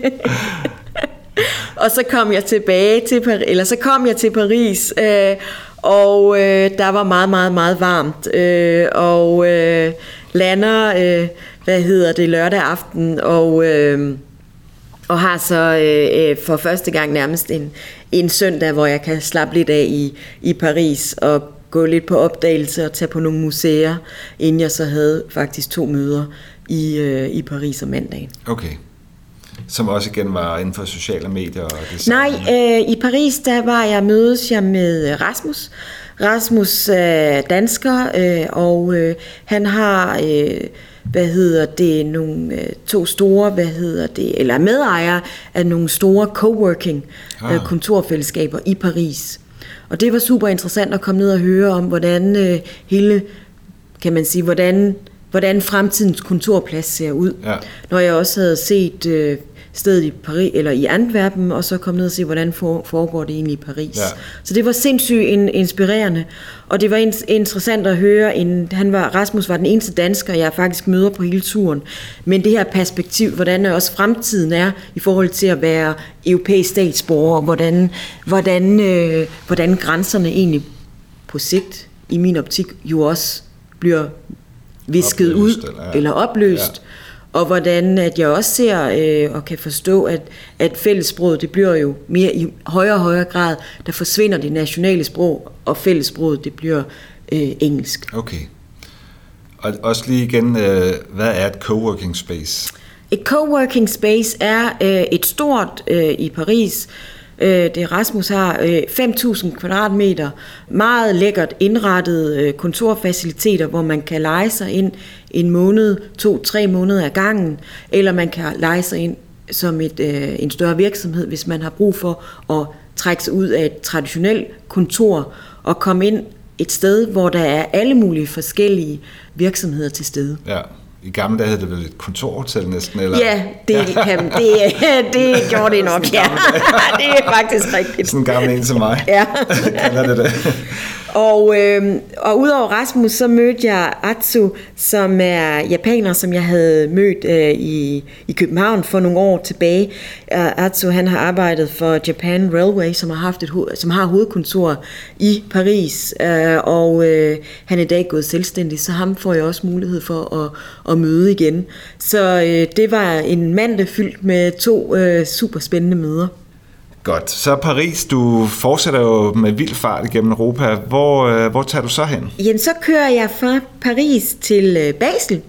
Og så kom jeg tilbage til Paris, eller så kom jeg til Paris, øh, og øh, der var meget, meget, meget varmt. Øh, og øh, lander, øh, hvad hedder det, lørdag aften, og... Øh, Og har så øh, for første gang nærmest en, en søndag, hvor jeg kan slappe lidt af i, i Paris og gå lidt på opdagelse og tage på nogle museer, inden jeg så havde faktisk to møder i, øh, i Paris om mandagen. Okay. Som også igen var inden for sociale medier? Og det Nej, øh, i Paris der var jeg mødes jeg med Rasmus. Rasmus er dansker, øh, og øh, han har... Øh, hvad hedder det, nogle to store, hvad hedder det, eller medejere af nogle store coworking ah. kontorfællesskaber i Paris. Og det var super interessant at komme ned og høre om, hvordan øh, hele, kan man sige, hvordan, hvordan fremtidens kontorplads ser ud. Ja. Når jeg også havde set øh, stedet i Paris, eller i Antwerpen, og så kom ned og se, hvordan for, foregår det egentlig i Paris. Ja. Så det var sindssygt inspirerende, og det var interessant at høre, en, han var, Rasmus var den eneste dansker, jeg faktisk møder på hele turen, men det her perspektiv, hvordan også fremtiden er, i forhold til at være europæisk statsborger, og hvordan, hvordan, øh, hvordan grænserne egentlig på sigt, i min optik, jo også bliver visket opløst, ud, eller, ja. eller opløst, ja. Og hvordan at jeg også ser øh, og kan forstå, at, at fællessproget, det bliver jo mere i højere og højere grad, der forsvinder det nationale sprog, og fællessproget, det bliver øh, engelsk. Okay. Og også lige igen, øh, hvad er et coworking space? Et coworking space er øh, et stort øh, i Paris, Det Rasmus har fem tusind kvadratmeter, meget lækkert indrettet kontorfaciliteter, hvor man kan leje sig ind en måned, to, tre måneder ad gangen, eller man kan leje sig ind som et, en større virksomhed, hvis man har brug for at trække sig ud af et traditionelt kontor og komme ind et sted, hvor der er alle mulige forskellige virksomheder til stede. Ja. I gamle dage hed det vel et kontorhotel næsten? Eller? Ja, det, kan, det, det gjorde det nok, ja. Det er faktisk rigtigt. Sådan en gammel en som mig. Ja. Kalder det det. Og, øh, og udover Rasmus, så mødte jeg Atsu, som er japaner, som jeg havde mødt øh, i, i København for nogle år tilbage. Uh, Atsu, han har arbejdet for Japan Railway, som har, haft et, som har hovedkontor i Paris, øh, og øh, han er i dag gået selvstændig, så ham får jeg også mulighed for at, at møde igen. Så øh, det var en mandag fyldt med to øh, super spændende møder. Godt. Så Paris, du fortsætter jo med vild fart igennem Europa. Hvor, øh, hvor tager du så hen? Jamen, så kører jeg fra Paris til øh, Basel.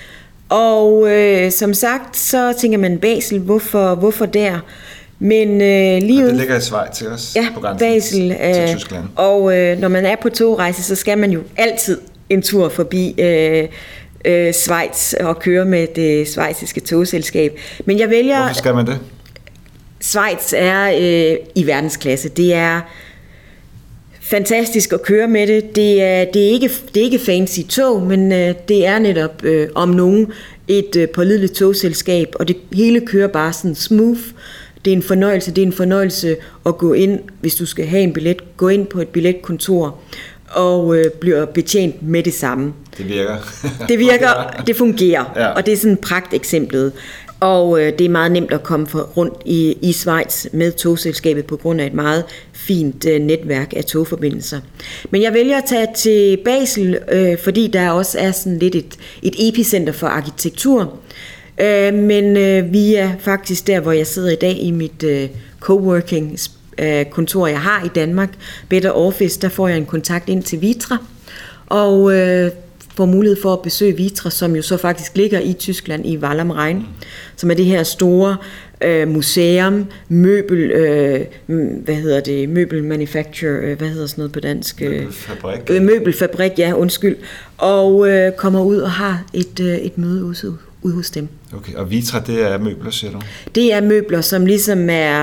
Og øh, som sagt, så tænker man Basel, hvorfor, hvorfor der? Men øh, lige og det ligger i Schweiz til os, ja, på grænsen Basel, øh, til Tyskland. Og øh, når man er på togrejse, så skal man jo altid en tur forbi øh, øh, Schweiz og køre med det schweiziske togselskab. Men jeg vælger... Hvorfor skal man det? Schweiz er øh, i verdensklasse. Det er fantastisk at køre med det. Det er, det er, ikke, det er ikke fancy tog, men øh, det er netop øh, om nogen et øh, pålideligt togselskab, og det hele kører bare sådan smooth. Det er en fornøjelse. Det er en fornøjelse at gå ind, hvis du skal have en billet, gå ind på et billetkontor og øh, bliver betjent med det samme. Det virker. Det virker, det fungerer, ja. Og det er sådan et pragteksemplet. Og øh, det er meget nemt at komme for, rundt i, i Schweiz med togselskabet på grund af et meget fint øh, netværk af togforbindelser. Men jeg vælger at tage til Basel, øh, fordi der også er sådan lidt et, et epicenter for arkitektur. Øh, men øh, vi er faktisk der, hvor jeg sidder i dag i mit øh, coworking øh, kontor, jeg har i Danmark, Better Office. Der får jeg en kontakt ind til Vitra, og øh, får mulighed for at besøge Vitra, som jo så faktisk ligger i Tyskland i Wall am Rhein, som er det her store øh, museum, møbel, øh, hvad hedder det, møbelmanufacture, øh, hvad hedder sådan noget på dansk? Møbelfabrik. Øh, møbelfabrik, ja, undskyld. Og øh, kommer ud og har et, øh, et møde ude, ude hos dem. Okay, og Vitra, det er møbler, siger du? Det er møbler, som ligesom er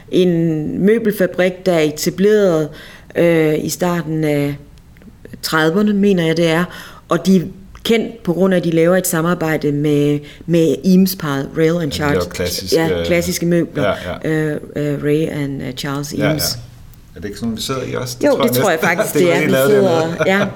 en møbelfabrik, der er etableret øh, i starten af trediverne, mener jeg det er, og de er kendt på grund af, at de laver et samarbejde med, med Eames-parret, Rail and Charles. Det er klassiske, ja, klassiske møbler. Ja, ja. Uh, uh, Ray and uh, Charles Eames. Ja, ja. Er det ikke sådan, vi sidder i også? Det jo, tror det jeg tror jeg faktisk, det, det er. Vi sidder, ja.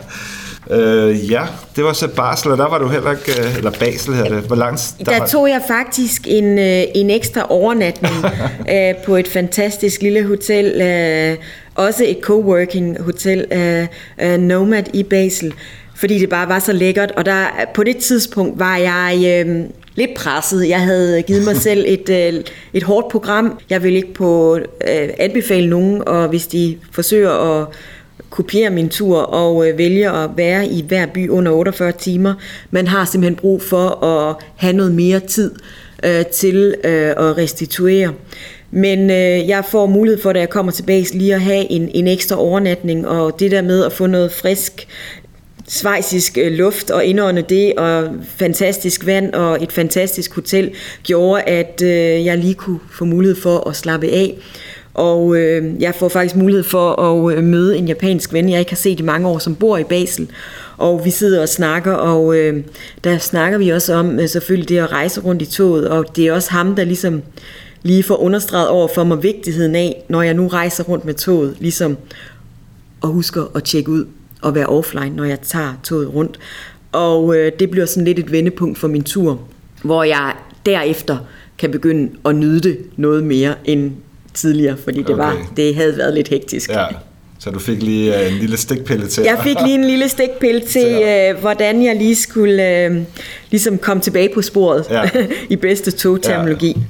Uh, ja, det var så Basel, og der var du heller ikke, eller Basel hedder det. Hvor langt? Der, der var... tog jeg faktisk en, en ekstra overnatning uh, på et fantastisk lille hotel, uh, også et coworking hotel, uh, uh, Nomad i Basel, fordi det bare var så lækkert, og der, på det tidspunkt var jeg øh, lidt presset. Jeg havde givet mig selv et, øh, et hårdt program. Jeg vil ikke på øh, anbefale nogen, og hvis de forsøger at kopiere min tur og øh, vælge at være i hver by under otteogfyrre timer, man har simpelthen brug for at have noget mere tid øh, til øh, at restituere. Men øh, jeg får mulighed for, da jeg kommer tilbage, lige at have en, en ekstra overnatning, og det der med at få noget frisk schweizisk luft og indånde det, og fantastisk vand og et fantastisk hotel, gjorde, at øh, jeg lige kunne få mulighed for at slappe af. Og øh, jeg får faktisk mulighed for at øh, møde en japansk ven, jeg ikke har set i mange år, som bor i Basel. Og vi sidder og snakker, og øh, der snakker vi også om øh, selvfølgelig det at rejse rundt i toget, og det er også ham, der ligesom lige får understreget over for mig vigtigheden af, når jeg nu rejser rundt med toget, ligesom at huske at tjekke ud og være offline, når jeg tager toget rundt. Og øh, det bliver sådan lidt et vendepunkt for min tur, hvor jeg derefter kan begynde at nyde det noget mere end tidligere, fordi det, okay. var, det havde været lidt hektisk. Ja. Så du fik lige en lille stikpille til? Jeg fik lige en lille stikpille til, øh, hvordan jeg lige skulle øh, ligesom komme tilbage på sporet, ja. I bedste togterminologi. Ja.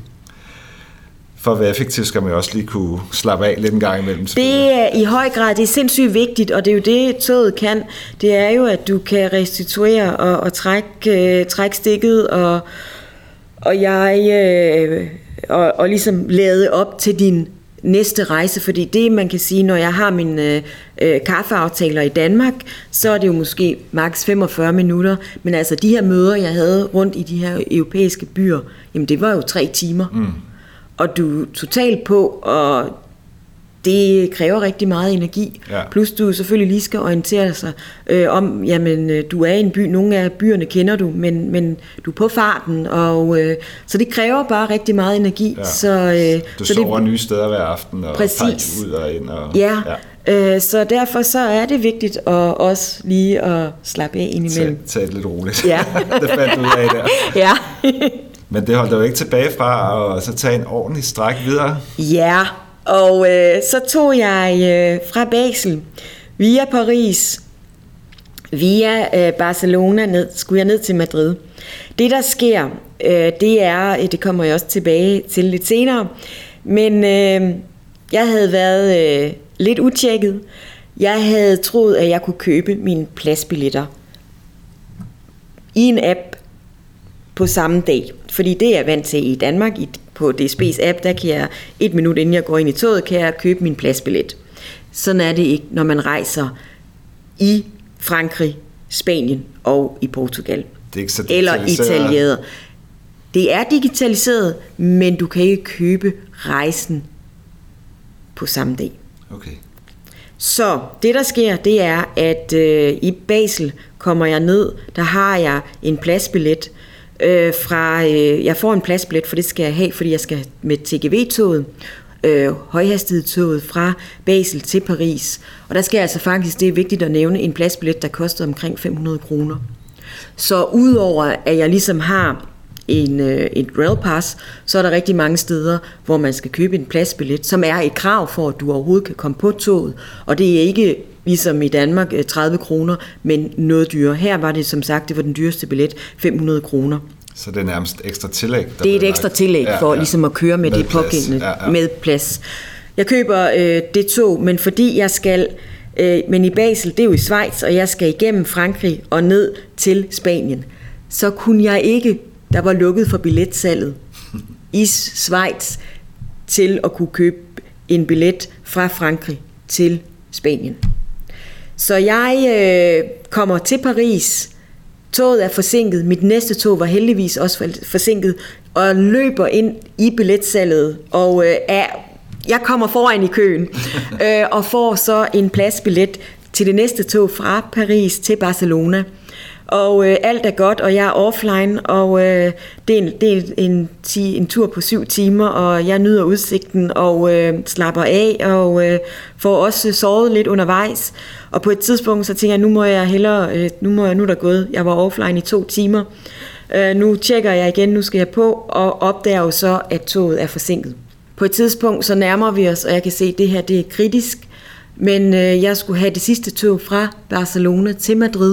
For at være effektiv skal man også lige kunne slappe af lidt en gang imellem. Det er i høj grad, det er sindssygt vigtigt, og det er jo det, toget kan. Det er jo, at du kan restituere og, og trække, øh, trække stikket, og, og jeg øh, og, og ligesom lade op til din næste rejse, fordi det man kan sige, når jeg har mine øh, kaffeaftaler i Danmark, så er det jo måske maks femogfyrre minutter, men altså de her møder, jeg havde rundt i de her europæiske byer, jamen det var jo tre timer, mm. og du er totalt på, og det kræver rigtig meget energi. Ja. Plus du selvfølgelig lige skal orientere sig øh, om, jamen øh, du er i en by, nogle af byerne kender du, men, men du er på farten, og øh, så det kræver bare rigtig meget energi. Ja. Så, øh, du så sover det, nye steder hver aften, og tager ud og ind. Og, ja, ja. Øh, så derfor så er det vigtigt at også lige at slappe af indimellem. Tag det lidt roligt. Ja. Det fandt du ud af der. Ja. Men det holdt dig jo ikke tilbage fra at så tage en ordentlig stræk videre. Ja. Og øh, så tog jeg øh, fra Basel via Paris, via øh, Barcelona, ned, skulle jeg ned til Madrid. Det der sker, øh, det er, det kommer jeg også tilbage til lidt senere, men øh, jeg havde været øh, lidt utjekket. Jeg havde troet, at jeg kunne købe mine pladsbilletter i en app på samme dag, fordi det er jeg vant til i Danmark. I, på D S B's app, der kan jeg et minut inden jeg går ind i toget, kan jeg købe min pladsbillet. Sådan er det ikke, når man rejser i Frankrig, Spanien og i Portugal. Det er ikke så eller Italien. Det er digitaliseret, men du kan ikke købe rejsen på samme dag. Okay. Så det der sker, det er, at øh, i Basel kommer jeg ned, der har jeg en pladsbillet, Øh, fra, øh, jeg får en pladsbillet, for det skal jeg have, fordi jeg skal med T G V-toget, øh, højhastighedstoget fra Basel til Paris. Og der skal jeg altså faktisk, det er vigtigt at nævne, en pladsbillet, der koster omkring fem hundrede kroner. Så udover at jeg ligesom har en, øh, et railpass, så er der rigtig mange steder, hvor man skal købe en pladsbillet, som er et krav for, at du overhovedet kan komme på toget. Og det er ikke ligesom i Danmark tredive kroner, men noget dyrere. Her var det som sagt, det var den dyreste billet, fem hundrede kroner. Så det er nærmest ekstra tillæg? Det er et ekstra tillæg for ja, ja. ligesom at køre med, med det pågældende ja, ja. med plads. Jeg køber øh, det tog, men fordi jeg skal, øh, men i Basel, det er jo i Schweiz, og jeg skal igennem Frankrig og ned til Spanien, så kunne jeg ikke, der var lukket for billetsalget i Schweiz til at kunne købe en billet fra Frankrig til Spanien. Så jeg øh, kommer til Paris, toget er forsinket, mit næste tog var heldigvis også forsinket, og løber ind i billetsalget, og øh, er, jeg kommer foran i køen, øh, og får så en pladsbillet til det næste tog fra Paris til Barcelona. Og øh, alt er godt, og jeg er offline, og øh, det er, en, det er en, en, en tur på syv timer, og jeg nyder udsigten og øh, slapper af, og øh, får også sovet lidt undervejs. Og på et tidspunkt så tænker jeg, nu må jeg hellere, øh, nu må jeg, nu er der gået, jeg var offline i to timer, øh, nu tjekker jeg igen, nu skal jeg på, og opdager jo så, at toget er forsinket. På et tidspunkt så nærmer vi os, og jeg kan se, at det her det er kritisk, men øh, jeg skulle have det sidste tog fra Barcelona til Madrid.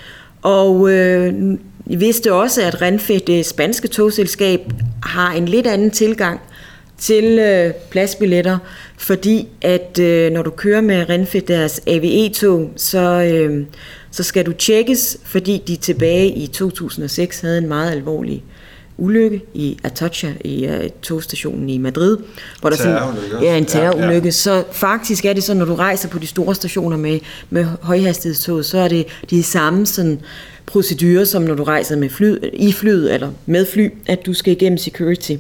Og øh, jeg vidste også, at Renfe, det spanske togselskab, har en lidt anden tilgang til øh, pladsbilletter, fordi at øh, når du kører med Renfe, deres A V E-tog, så, øh, så skal du tjekkes, fordi de tilbage i to tusind og seks havde en meget alvorlig ulykke i Atocha, i uh, togstationen i Madrid, hvor der sådan, ja, en terrorulykke. Ja, ja. Så faktisk er det sådan, når du rejser på de store stationer med, med højhastighedstog, så er det de samme sådan procedurer, som når du rejser med fly, i flyet eller med fly, at du skal igennem security.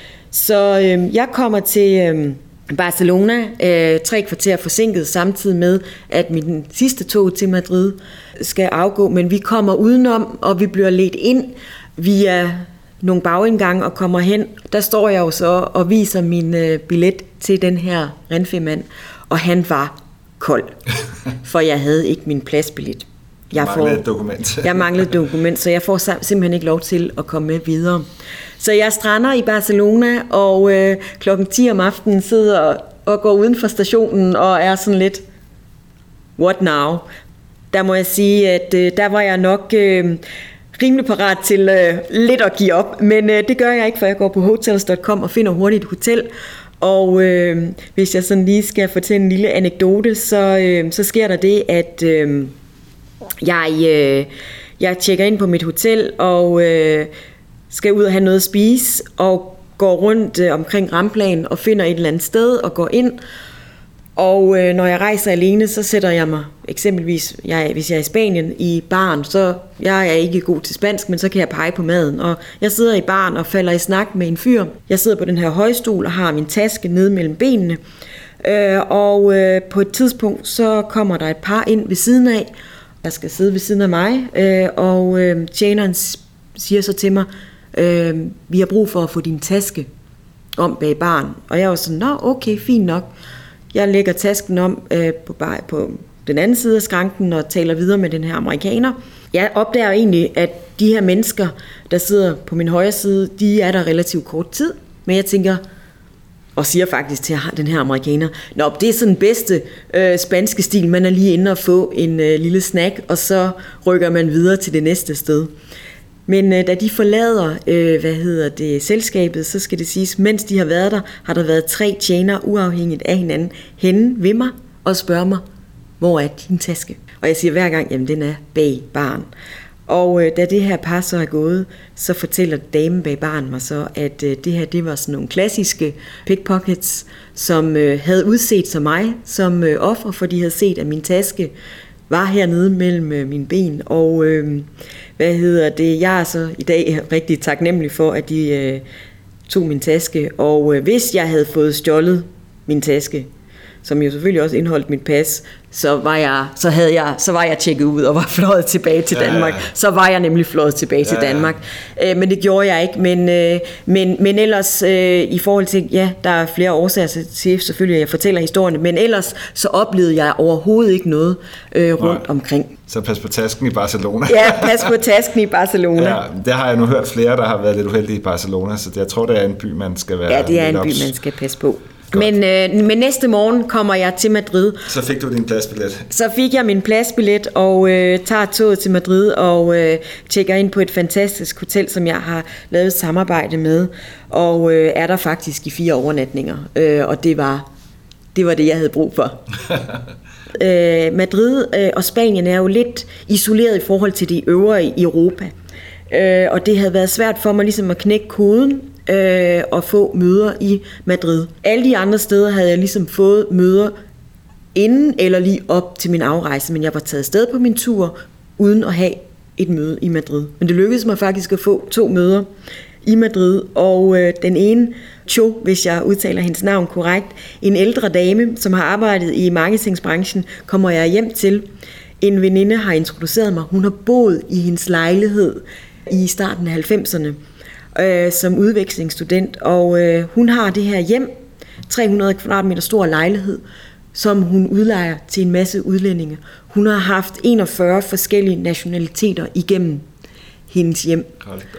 Så øh, jeg kommer til øh, Barcelona, øh, tre kvarter forsinket, samtidig med, at min sidste tog til Madrid skal afgå, men vi kommer udenom, og vi bliver ledt ind via nogle bagindgang og kommer hen. Der står jeg jo så og viser min øh, billet til den her Renfe-mand, og han var kold, for jeg havde ikke min pladsbillet. Jeg manglede et dokument. jeg manglede et dokument, så jeg får simpelthen ikke lov til at komme med videre. Så jeg strander i Barcelona, og øh, klokken ti om aftenen sidder og, og går uden for stationen og er sådan lidt, what now? Der må jeg sige, at øh, der var jeg nok øh, rimelig parat til øh, lidt at give op, men øh, det gør jeg ikke, for jeg går på hotels punktum com og finder hurtigt et hotel. Og øh, hvis jeg sådan lige skal fortælle en lille anekdote, så, øh, så sker der det, at øh, jeg, øh, jeg tjekker ind på mit hotel og øh, skal ud og have noget at spise, og går rundt øh, omkring ramplanen og finder et eller andet sted og går ind. Og øh, når jeg rejser alene, så sætter jeg mig eksempelvis, jeg, hvis jeg er i Spanien, i baren, så jeg er ikke god til spansk, men så kan jeg pege på maden. Og jeg sidder i baren og falder i snak med en fyr. Jeg sidder på den her højstol og har min taske nede mellem benene. Øh, og øh, på et tidspunkt, så kommer der et par ind ved siden af, der skal sidde ved siden af mig, øh, og øh, tjeneren siger så til mig, øh, vi har brug for at få din taske om bag baren. Og jeg var sådan, nå okay, fint nok. Jeg lægger tasken om øh, på, på den anden side af skranken og taler videre med den her amerikaner. Jeg opdager egentlig, at de her mennesker, der sidder på min højre side, de er der relativt kort tid. Men jeg tænker, og siger faktisk til den her amerikaner, nå, det er sådan den bedste øh, spanske stil, man er lige inde og få en øh, lille snack, og så rykker man videre til det næste sted. Men øh, da de forlader øh, hvad hedder det, selskabet, så skal det siges, mens de har været der, har der været tre tjenere uafhængigt af hinanden henne ved mig og spørger mig, hvor er din taske? Og jeg siger hver gang, jamen den er bag baren. Og øh, da det her par så er gået, så fortæller damen bag baren mig så, at øh, det her det var sådan nogle klassiske pickpockets, som øh, havde udset sig mig som øh, offer, for de havde set, at min taske var hernede mellem øh, mine ben. Og øh, hvad hedder det? Jeg er så i dag rigtig taknemmelig for, at de øh, tog min taske. Og øh, hvis jeg havde fået stjålet min taske, som jo selvfølgelig også indeholdt mit pas, så var jeg, så havde jeg, så var jeg tjekket ud og var fløjet tilbage til Danmark. Ja, ja. Så var jeg nemlig fløjet tilbage ja, til Danmark. Ja. Men det gjorde jeg ikke. Men, men, men ellers i forhold til, ja, der er flere årsager til, selvfølgelig, at jeg fortæller historierne, men ellers så oplevede jeg overhovedet ikke noget øh, rundt Nej. omkring. Så pas på tasken i Barcelona. Ja, pas på tasken i Barcelona. Ja, det har jeg nu hørt flere, der har været lidt uheldige i Barcelona, så det, jeg tror, det er en by, man skal være. Ja, det er en by, man skal passe på. Men, øh, men næste morgen kommer jeg til Madrid. Så fik du din pladsbillet? Så fik jeg min pladsbillet og øh, tager toget til Madrid og øh, tjekker ind på et fantastisk hotel, som jeg har lavet et samarbejde med. Og øh, er der faktisk i fire overnatninger. Øh, og det var, det var det, jeg havde brug for. øh, Madrid øh, og Spanien er jo lidt isoleret i forhold til de øvrige i Europa. Øh, og det havde været svært for mig ligesom at knække koden øh, og få møder i Madrid. Alle de andre steder havde jeg ligesom fået møder inden eller lige op til min afrejse, men jeg var taget afsted på min tur uden at have et møde i Madrid. Men det lykkedes mig faktisk at få to møder i Madrid, og øh, den ene, Cho, hvis jeg udtaler hendes navn korrekt, en ældre dame, som har arbejdet i marketingsbranchen, kommer jeg hjem til. En veninde har introduceret mig. Hun har boet i hendes lejlighed i starten af halvfemserne øh, som udvekslingsstudent, og øh, hun har det her hjem, tre hundrede kvadratmeter stor lejlighed, som hun udlejer til en masse udlændinge. Hun har haft enogfyrre forskellige nationaliteter igennem hendes hjem.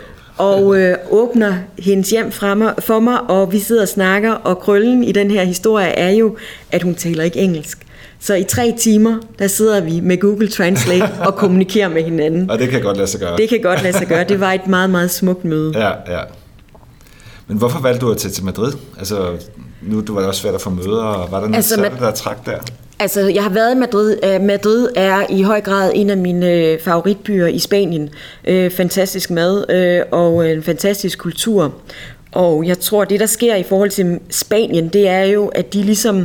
Og øh, åbner hendes hjem fremme for mig, og vi sidder og snakker, og krøllen i den her historie er jo, at hun taler ikke engelsk. Så i tre timer, der sidder vi med Google Translate og kommunikerer med hinanden. Og det kan godt lade sig gøre. Det kan godt lade sig gøre. Det var et meget, meget smukt møde. Ja, ja. Men hvorfor valgte du at tage til Madrid? Altså, nu du var det også svært at få møder, og var der noget altså, særligt, der trak der? Altså, jeg har været i Madrid. Madrid er i høj grad en af mine favoritbyer i Spanien. Fantastisk mad og en fantastisk kultur. Og jeg tror, det der sker i forhold til Spanien, det er jo, at de ligesom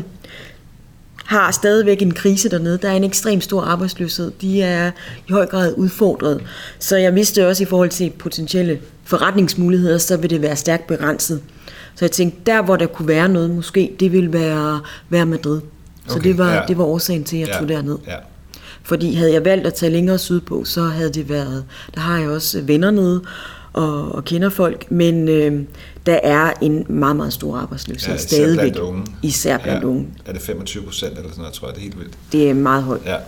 har stadigvæk en krise dernede. Der er en ekstremt stor arbejdsløshed. De er i høj grad udfordret. Så jeg vidste også i forhold til potentielle forretningsmuligheder, så vil det være stærkt begrænset. Så jeg tænkte, der hvor der kunne være noget måske, det ville være, være Madrid. Så okay, det, var, ja. det var årsagen til, at jeg ja, tog derned. Ja. Fordi havde jeg valgt at tage længere sydpå, så havde det været, der har jeg også venner nede og, og kender folk, men øh, der er en meget, meget stor arbejdsløshed ja, stadigvæk. Blandt unge. Især blandt ja. unge. Er det femogtyve procent eller sådan noget, tror jeg, det er helt vildt. Det er meget højt. Ja.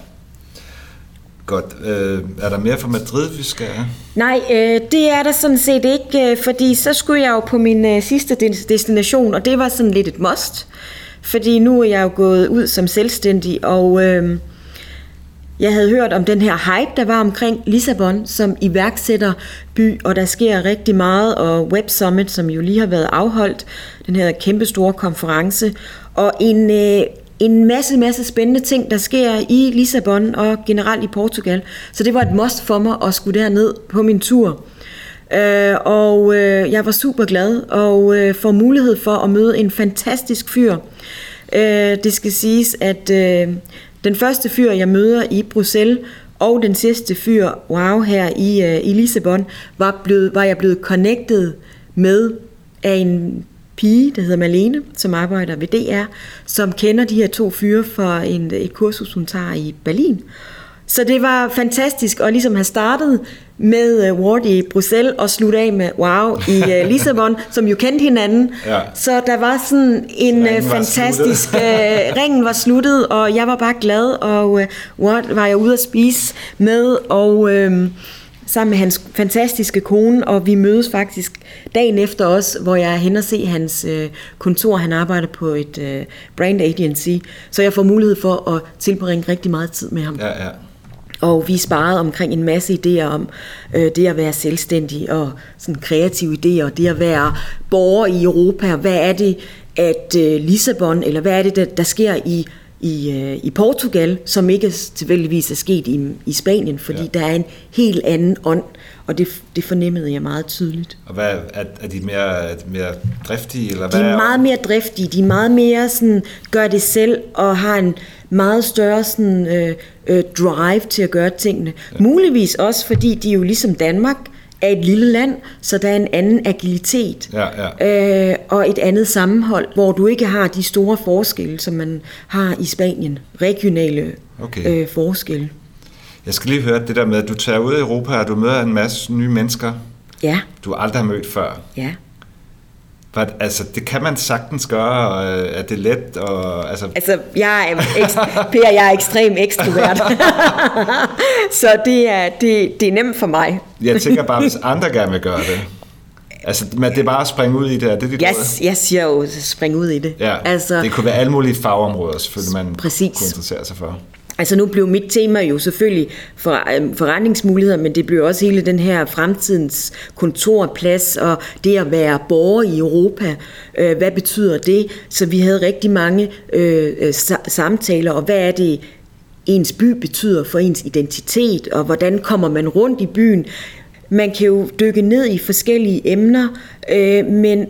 Godt. Øh, er der mere fra Madrid, vi skal have? Nej, øh, det er der sådan set ikke, øh, fordi så skulle jeg jo på min øh, sidste destination, og det var sådan lidt et must. Fordi nu er jeg jo gået ud som selvstændig, og øh, jeg havde hørt om den her hype, der var omkring Lissabon som iværksætterby, og der sker rigtig meget, og Web Summit, som jo lige har været afholdt, den her kæmpe store konference, og en, øh, en masse, masse spændende ting, der sker i Lissabon og generelt i Portugal. Så det var et must for mig at skulle derned på min tur. øh, og øh, jeg var super glad og øh, får mulighed for at møde en fantastisk fyr. Øh, det skal siges, at øh, den første fyr, jeg møder i Bruxelles, og den sidste fyr, wow, her i, øh, i Lissabon, var, blevet, var jeg blevet connected med af en pige, der hedder Malene, som arbejder ved D R, som kender de her to fyre fra en, et kursus, hun tager i Berlin. Så det var fantastisk at ligesom have startet med uh, Ward i Bruxelles og slutte af med wow i uh, Lissabon, som jo kendte hinanden. Ja. Så der var sådan en uh, fantastisk... uh, ringen var sluttet, og jeg var bare glad, og uh, Ward var jeg ude at spise med, og... Uh, sammen med hans fantastiske kone, og vi mødes faktisk dagen efter også, hvor jeg er hen og se hans øh, kontor. Han arbejder på et øh, brand agency, så jeg får mulighed for at tilbringe rigtig meget tid med ham. Ja, ja. Og vi sparede omkring en masse idéer om øh, det at være selvstændig og sådan kreative idéer, og det at være borger i Europa. Hvad er det, at øh, Lissabon, eller hvad er det, der, der sker i I, øh, i Portugal, som ikke tilfældigvis er sket i, i Spanien, fordi ja. Der er en helt anden ånd, og det, det fornemmede jeg meget tydeligt. Og hvad, er, er de mere, er de mere driftige? Eller de hvad er meget mere driftige, de er meget mere sådan, gør det selv, og har en meget større sådan, øh, øh, drive til at gøre tingene. Ja. Muligvis også, fordi de jo ligesom Danmark, er et lille land, så der er en anden agilitet ja, ja. Øh, og et andet sammenhold, hvor du ikke har de store forskelle, som man har i Spanien. Regionale okay. øh, forskelle. Jeg skal lige høre det der med, at du tager ud i Europa, og du møder en masse nye mennesker, ja. Du aldrig har mødt før. Ja. But, altså, det kan man sagtens gøre, og er det let? Og, altså... altså, jeg er, ekstra, Per, jeg er ekstrem ekstrovert. Så det er, det, det er nemt for mig. Jeg tænker bare, hvis andre gerne vil gøre det. Altså, men det er bare at springe ud i det. Er det dit jeg, jeg siger jo, springe ud i det. Ja, altså, det kunne være alle mulige fagområder, selvfølgelig, man præcis. Kunne interessere sig for. Altså nu blev mit tema jo selvfølgelig for, øh, forretningsmuligheder, men det blev også hele den her fremtidens kontorplads og det at være borger i Europa. Øh, hvad betyder det? Så vi havde rigtig mange øh, samtaler, og hvad er det, ens by betyder for ens identitet, og hvordan kommer man rundt i byen? Man kan jo dykke ned i forskellige emner, øh, men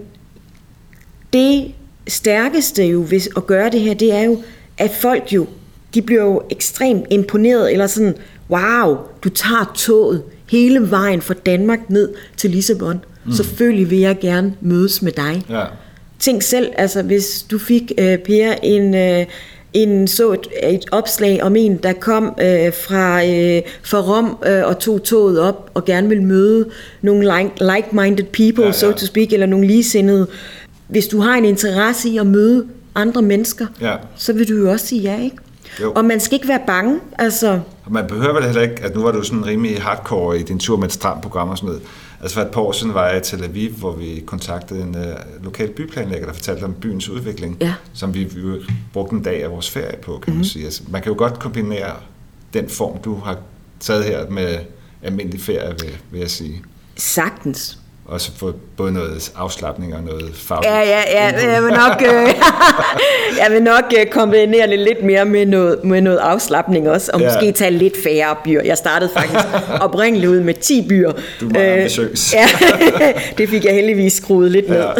det stærkeste jo ved at gøre det her, det er jo, at folk jo de bliver jo ekstremt imponeret, eller sådan, wow, du tager toget hele vejen fra Danmark ned til Lissabon. Mm. Selvfølgelig vil jeg gerne mødes med dig. Ja. Tænk selv, altså hvis du fik, øh, Per, en, øh, en, så et, et opslag om en, der kom øh, fra, øh, fra Rom øh, og tog toget op og gerne vil møde nogle like, like-minded people, ja, ja. So to speak, eller nogle ligesindede. Hvis du har en interesse i at møde andre mennesker, ja. Så vil du jo også sige ja, ikke? Jo. Og man skal ikke være bange, altså. Og man behøver vel heller ikke, at nu var du sådan rimelig hardcore i din tur med et stramt program og sådan noget. Altså for et par år siden var jeg i Tel Aviv, hvor vi kontaktede en uh, lokal byplanlægger, der fortalte om byens udvikling, ja. Som vi, vi brugte en dag af vores ferie på, kan mm-hmm. man sige. Altså, man kan jo godt kombinere den form, du har taget her med almindelig ferie, vil, vil jeg sige. Sagtens. Og så få både noget afslapning og noget fagligt. Ja, ja, ja. Jeg vil nok, øh, jeg vil nok øh, kombinere det lidt mere med noget, med noget afslapning også, og ja. Måske tage lidt færre byer. Jeg startede faktisk oprindeligt ud med ti byer. Du er meget ambitiøs. Ja, det fik jeg heldigvis skruet lidt ned. Ja.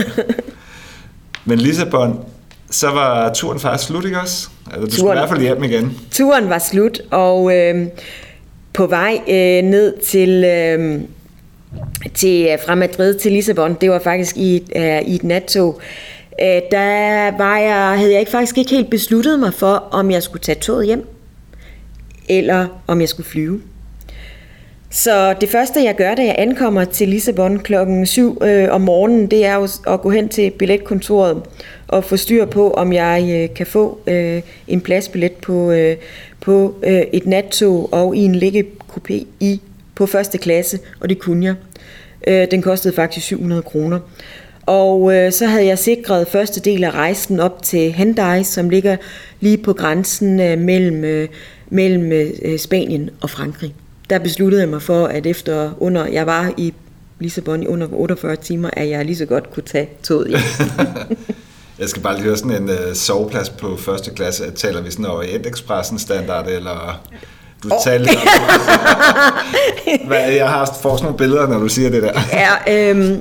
Men Lissabon, så var turen faktisk slut, ikke også? Altså, du skulle i hvert fald hjem igen. Turen var slut, og øh, på vej øh, ned til... Øh, til, fra Madrid til Lissabon, det var faktisk i, uh, i et nattog, uh, der var jeg, havde jeg ikke, faktisk ikke helt besluttet mig for, om jeg skulle tage toget hjem, eller om jeg skulle flyve. Så det første, jeg gør, da jeg ankommer til Lissabon klokken syv øh, om morgenen, det er jo at gå hen til billetkontoret og få styr på, om jeg øh, kan få øh, en pladsbillet på, øh, på øh, et nattog og i en liggekupé i på første klasse, og det kunne jeg. Øh, den kostede faktisk syv hundrede kroner. Og øh, så havde jeg sikret første del af rejsen op til Hendaye, som ligger lige på grænsen øh, mellem, øh, mellem øh, Spanien og Frankrig. Der besluttede jeg mig for, at efter under jeg var i Lissabon i under otteogfyrre timer, at jeg lige så godt kunne tage toget hjem. Jeg skal bare lige høre sådan en uh, soveplads på første klasse. Taler vi sådan over Orientexpressen standard, eller Du taler lidt om jeg har får sådan nogle billeder, når du siger det der. Ja, øhm,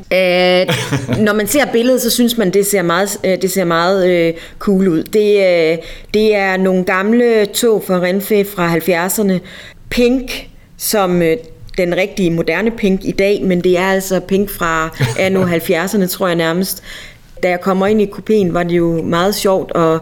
øh, når man ser billedet, så synes man, det ser meget, det ser meget øh, cool ud. Det, øh, det er nogle gamle tog fra Renfe fra halvfjerdserne. Pink, som øh, den rigtige moderne Pink i dag, men det er altså Pink fra anno halvfjerdserne, tror jeg nærmest. Da jeg kommer ind i kupéen, var det jo meget sjovt, og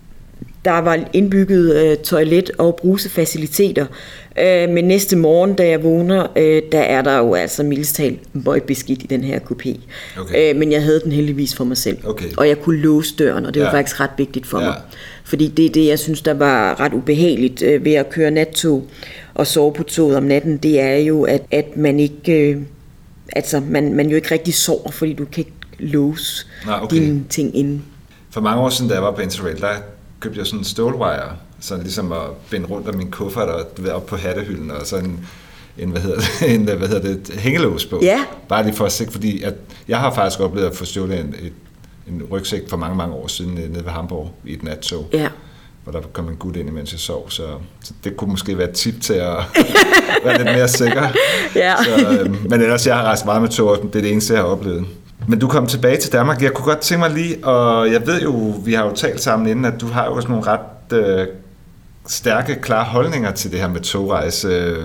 der var indbygget øh, toilet og brusefaciliteter. Øh, men næste morgen, da jeg vågner, øh, der er der jo altså mildest talt møgbeskidt i den her kupé. Okay. Øh, men jeg havde den heldigvis for mig selv. Okay. Og jeg kunne låse døren, og det var ja. faktisk ret vigtigt for ja. mig. Fordi det er det, jeg synes, der var ret ubehageligt øh, ved at køre nattog og sove på toget om natten. Det er jo, at, at man ikke... Øh, altså, man, man jo ikke rigtig sover, fordi du kan ikke låse ah, okay. dine ting inde. For mange år siden, da jeg var på Interrail, der købte jeg sådan en stålwire, sådan ligesom at binde rundt om min kuffert og du ved, op på hattehylden og sådan en, en hvad hedder det, en, hvad hedder det, hængelås på. Ja. Bare lige for at sikre, fordi at jeg har faktisk oplevet at få stjålet en, et, en rygsæk for mange, mange år siden nede ved Hamburg i et nattog. Ja. Hvor der kom en gut ind, imens jeg sov, så, så det kunne måske være et tip til at være lidt mere sikker. Ja. Så, øhm, men ellers, jeg har rejst meget med tog, det er det eneste, jeg har oplevet. Men du kom tilbage til Danmark. Jeg kunne godt tænke mig lige, og jeg ved jo, vi har jo talt sammen inden, at du har jo sådan nogle ret øh, stærke, klare holdninger til det her med togrejse. Øh,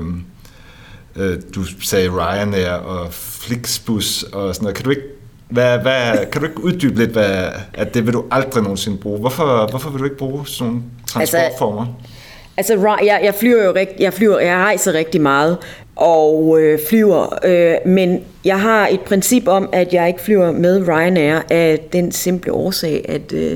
øh, du sagde Ryanair og Flixbus og sådan noget. Kan du ikke, hvad, hvad, kan du ikke uddybe lidt, hvad, at det vil du aldrig nogensinde bruge? Hvorfor, hvorfor vil du ikke bruge sådan nogle transportformer? Altså, altså jeg, jeg flyver jo rigt, jeg flyver, jeg rejser rigtig meget og øh, flyver, øh, men jeg har et princip om, at jeg ikke flyver med Ryanair af den simple årsag, at øh,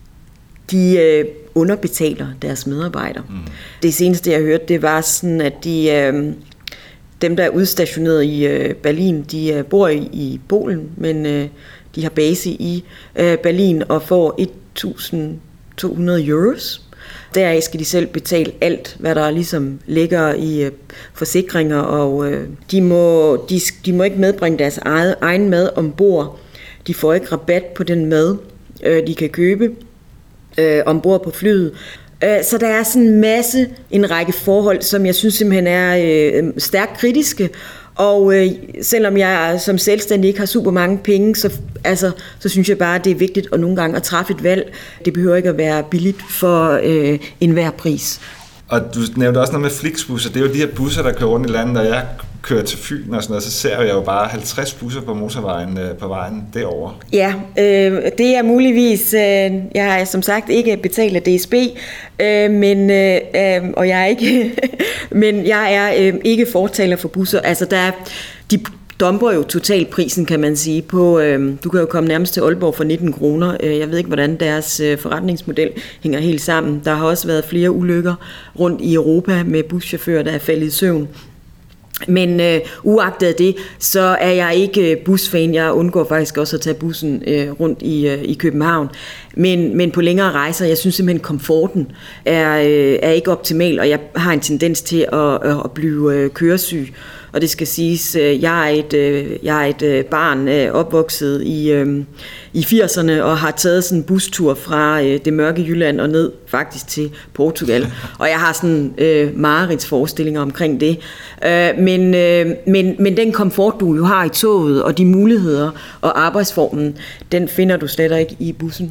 de øh, underbetaler deres medarbejdere. Mm. Det seneste, jeg hørte, det var sådan, at de, øh, dem, der er udstationeret i øh, Berlin, de øh, bor i, i Polen, men øh, de har base i øh, Berlin og får et tusind to hundrede euros. Deraf skal de selv betale alt, hvad der ligesom ligger i øh, forsikringer, og øh, de, må, de, de må ikke medbringe deres eget, egen mad ombord. De får ikke rabat på den mad, øh, de kan købe øh, ombord på flyet. Øh, så der er sådan en masse, en række forhold, som jeg synes simpelthen er øh, stærkt kritiske. Og øh, selvom jeg som selvstændig ikke har super mange penge, så, altså, så synes jeg bare, at det er vigtigt at nogle gange at træffe et valg. Det behøver ikke at være billigt for øh, enhver pris. Og du nævnte også noget med Flixbusser. Det er jo de her busser, der kører rundt i landet, og jeg kører til Fyn og sådan noget, så ser jeg jo bare halvtreds busser på motorvejen øh, på vejen derover. Ja, øh, det er muligvis, øh, jeg har som sagt ikke betalt af D S B, øh, men, øh, og jeg er ikke, men jeg er øh, ikke fortaler for busser. Altså der er, de dumper jo totalprisen, kan man sige, på, øh, du kan jo komme nærmest til Aalborg for nitten kroner. Jeg ved ikke, hvordan deres øh, forretningsmodel hænger helt sammen. Der har også været flere ulykker rundt i Europa med buschauffører, der er faldet i søvn. Men øh, uagtet det, så er jeg ikke busfan. Jeg undgår faktisk også at tage bussen øh, rundt i, øh, i København. Men, men på længere rejser, jeg synes simpelthen, komforten er, øh, er ikke optimal, og jeg har en tendens til at, øh, at blive øh, køresyg. Og det skal siges, jeg er et, jeg er et barn opvokset i, i firserne og har taget sådan en bustur fra det mørke Jylland og ned faktisk til Portugal. Og jeg har sådan øh, mareridtsforestillinger omkring det. Øh, men, øh, men, men den komfort, du jo har i toget, og de muligheder og arbejdsformen, den finder du slet ikke i bussen.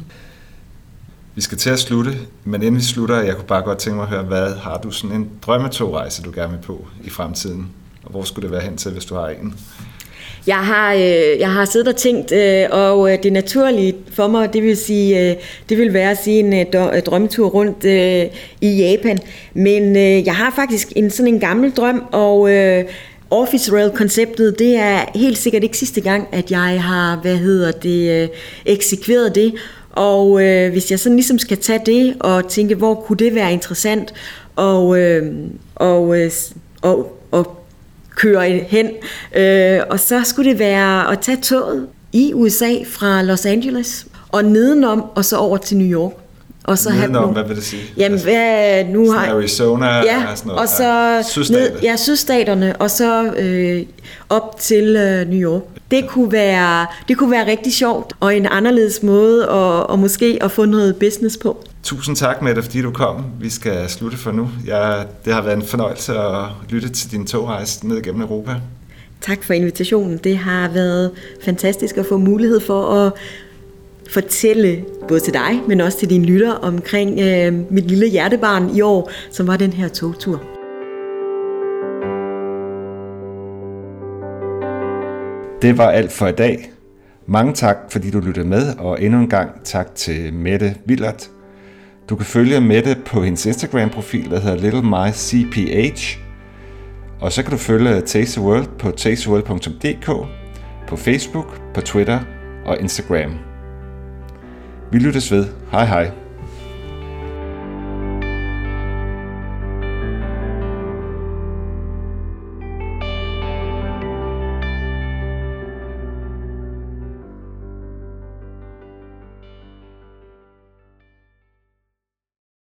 Vi skal til at slutte, men inden vi slutter, jeg kunne bare godt tænke mig at høre, hvad har du sådan en drømmetogrejse, du gerne vil på i fremtiden? Og hvor skulle det være hen til, hvis du har en? Jeg har, øh, jeg har siddet og tænkt, øh, og det naturlige for mig, det vil sige, øh, det vil være at sige en øh, drømmetur rundt øh, i Japan. Men øh, jeg har faktisk en sådan en gammel drøm, og øh, Office Rail-konceptet, det er helt sikkert ikke sidste gang, at jeg har, hvad hedder det, øh, eksekveret det. Og øh, hvis jeg sådan ligesom skal tage det og tænke, hvor kunne det være interessant, og, øh, og, øh, og, og køre hen. Øh, og så skulle det være at tage toget i U S A fra Los Angeles og nedenom og så over til New York. Og så have Nedenom, hvad vil det sige? Jamen, hvad, nu har... Arizona ja, og sådan noget. Og så ja. Sydstater. Ned, ja, sydstaterne, og så øh, op til øh, New York. Det kunne, være, det kunne være rigtig sjovt, og en anderledes måde, og, og måske at få noget business på. Tusind tak, Mette, fordi du kom. Vi skal slutte for nu. Jeg, det har været en fornøjelse at lytte til din togrejse ned gennem Europa. Tak for invitationen. Det har været fantastisk at få mulighed for at fortælle både til dig, men også til dine lytter omkring øh, mit lille hjertebarn i år, som var den her togtur. Det var alt for i dag. Mange tak, fordi du lyttede med, og endnu en gang tak til Mette Willert. Du kan følge Mette på hendes Instagram-profil, der hedder Little My C P H. Og så kan du følge Taste the World på taste the world punktum d k, på Facebook, på Twitter og Instagram. Vi lyttes ved. Hej hej.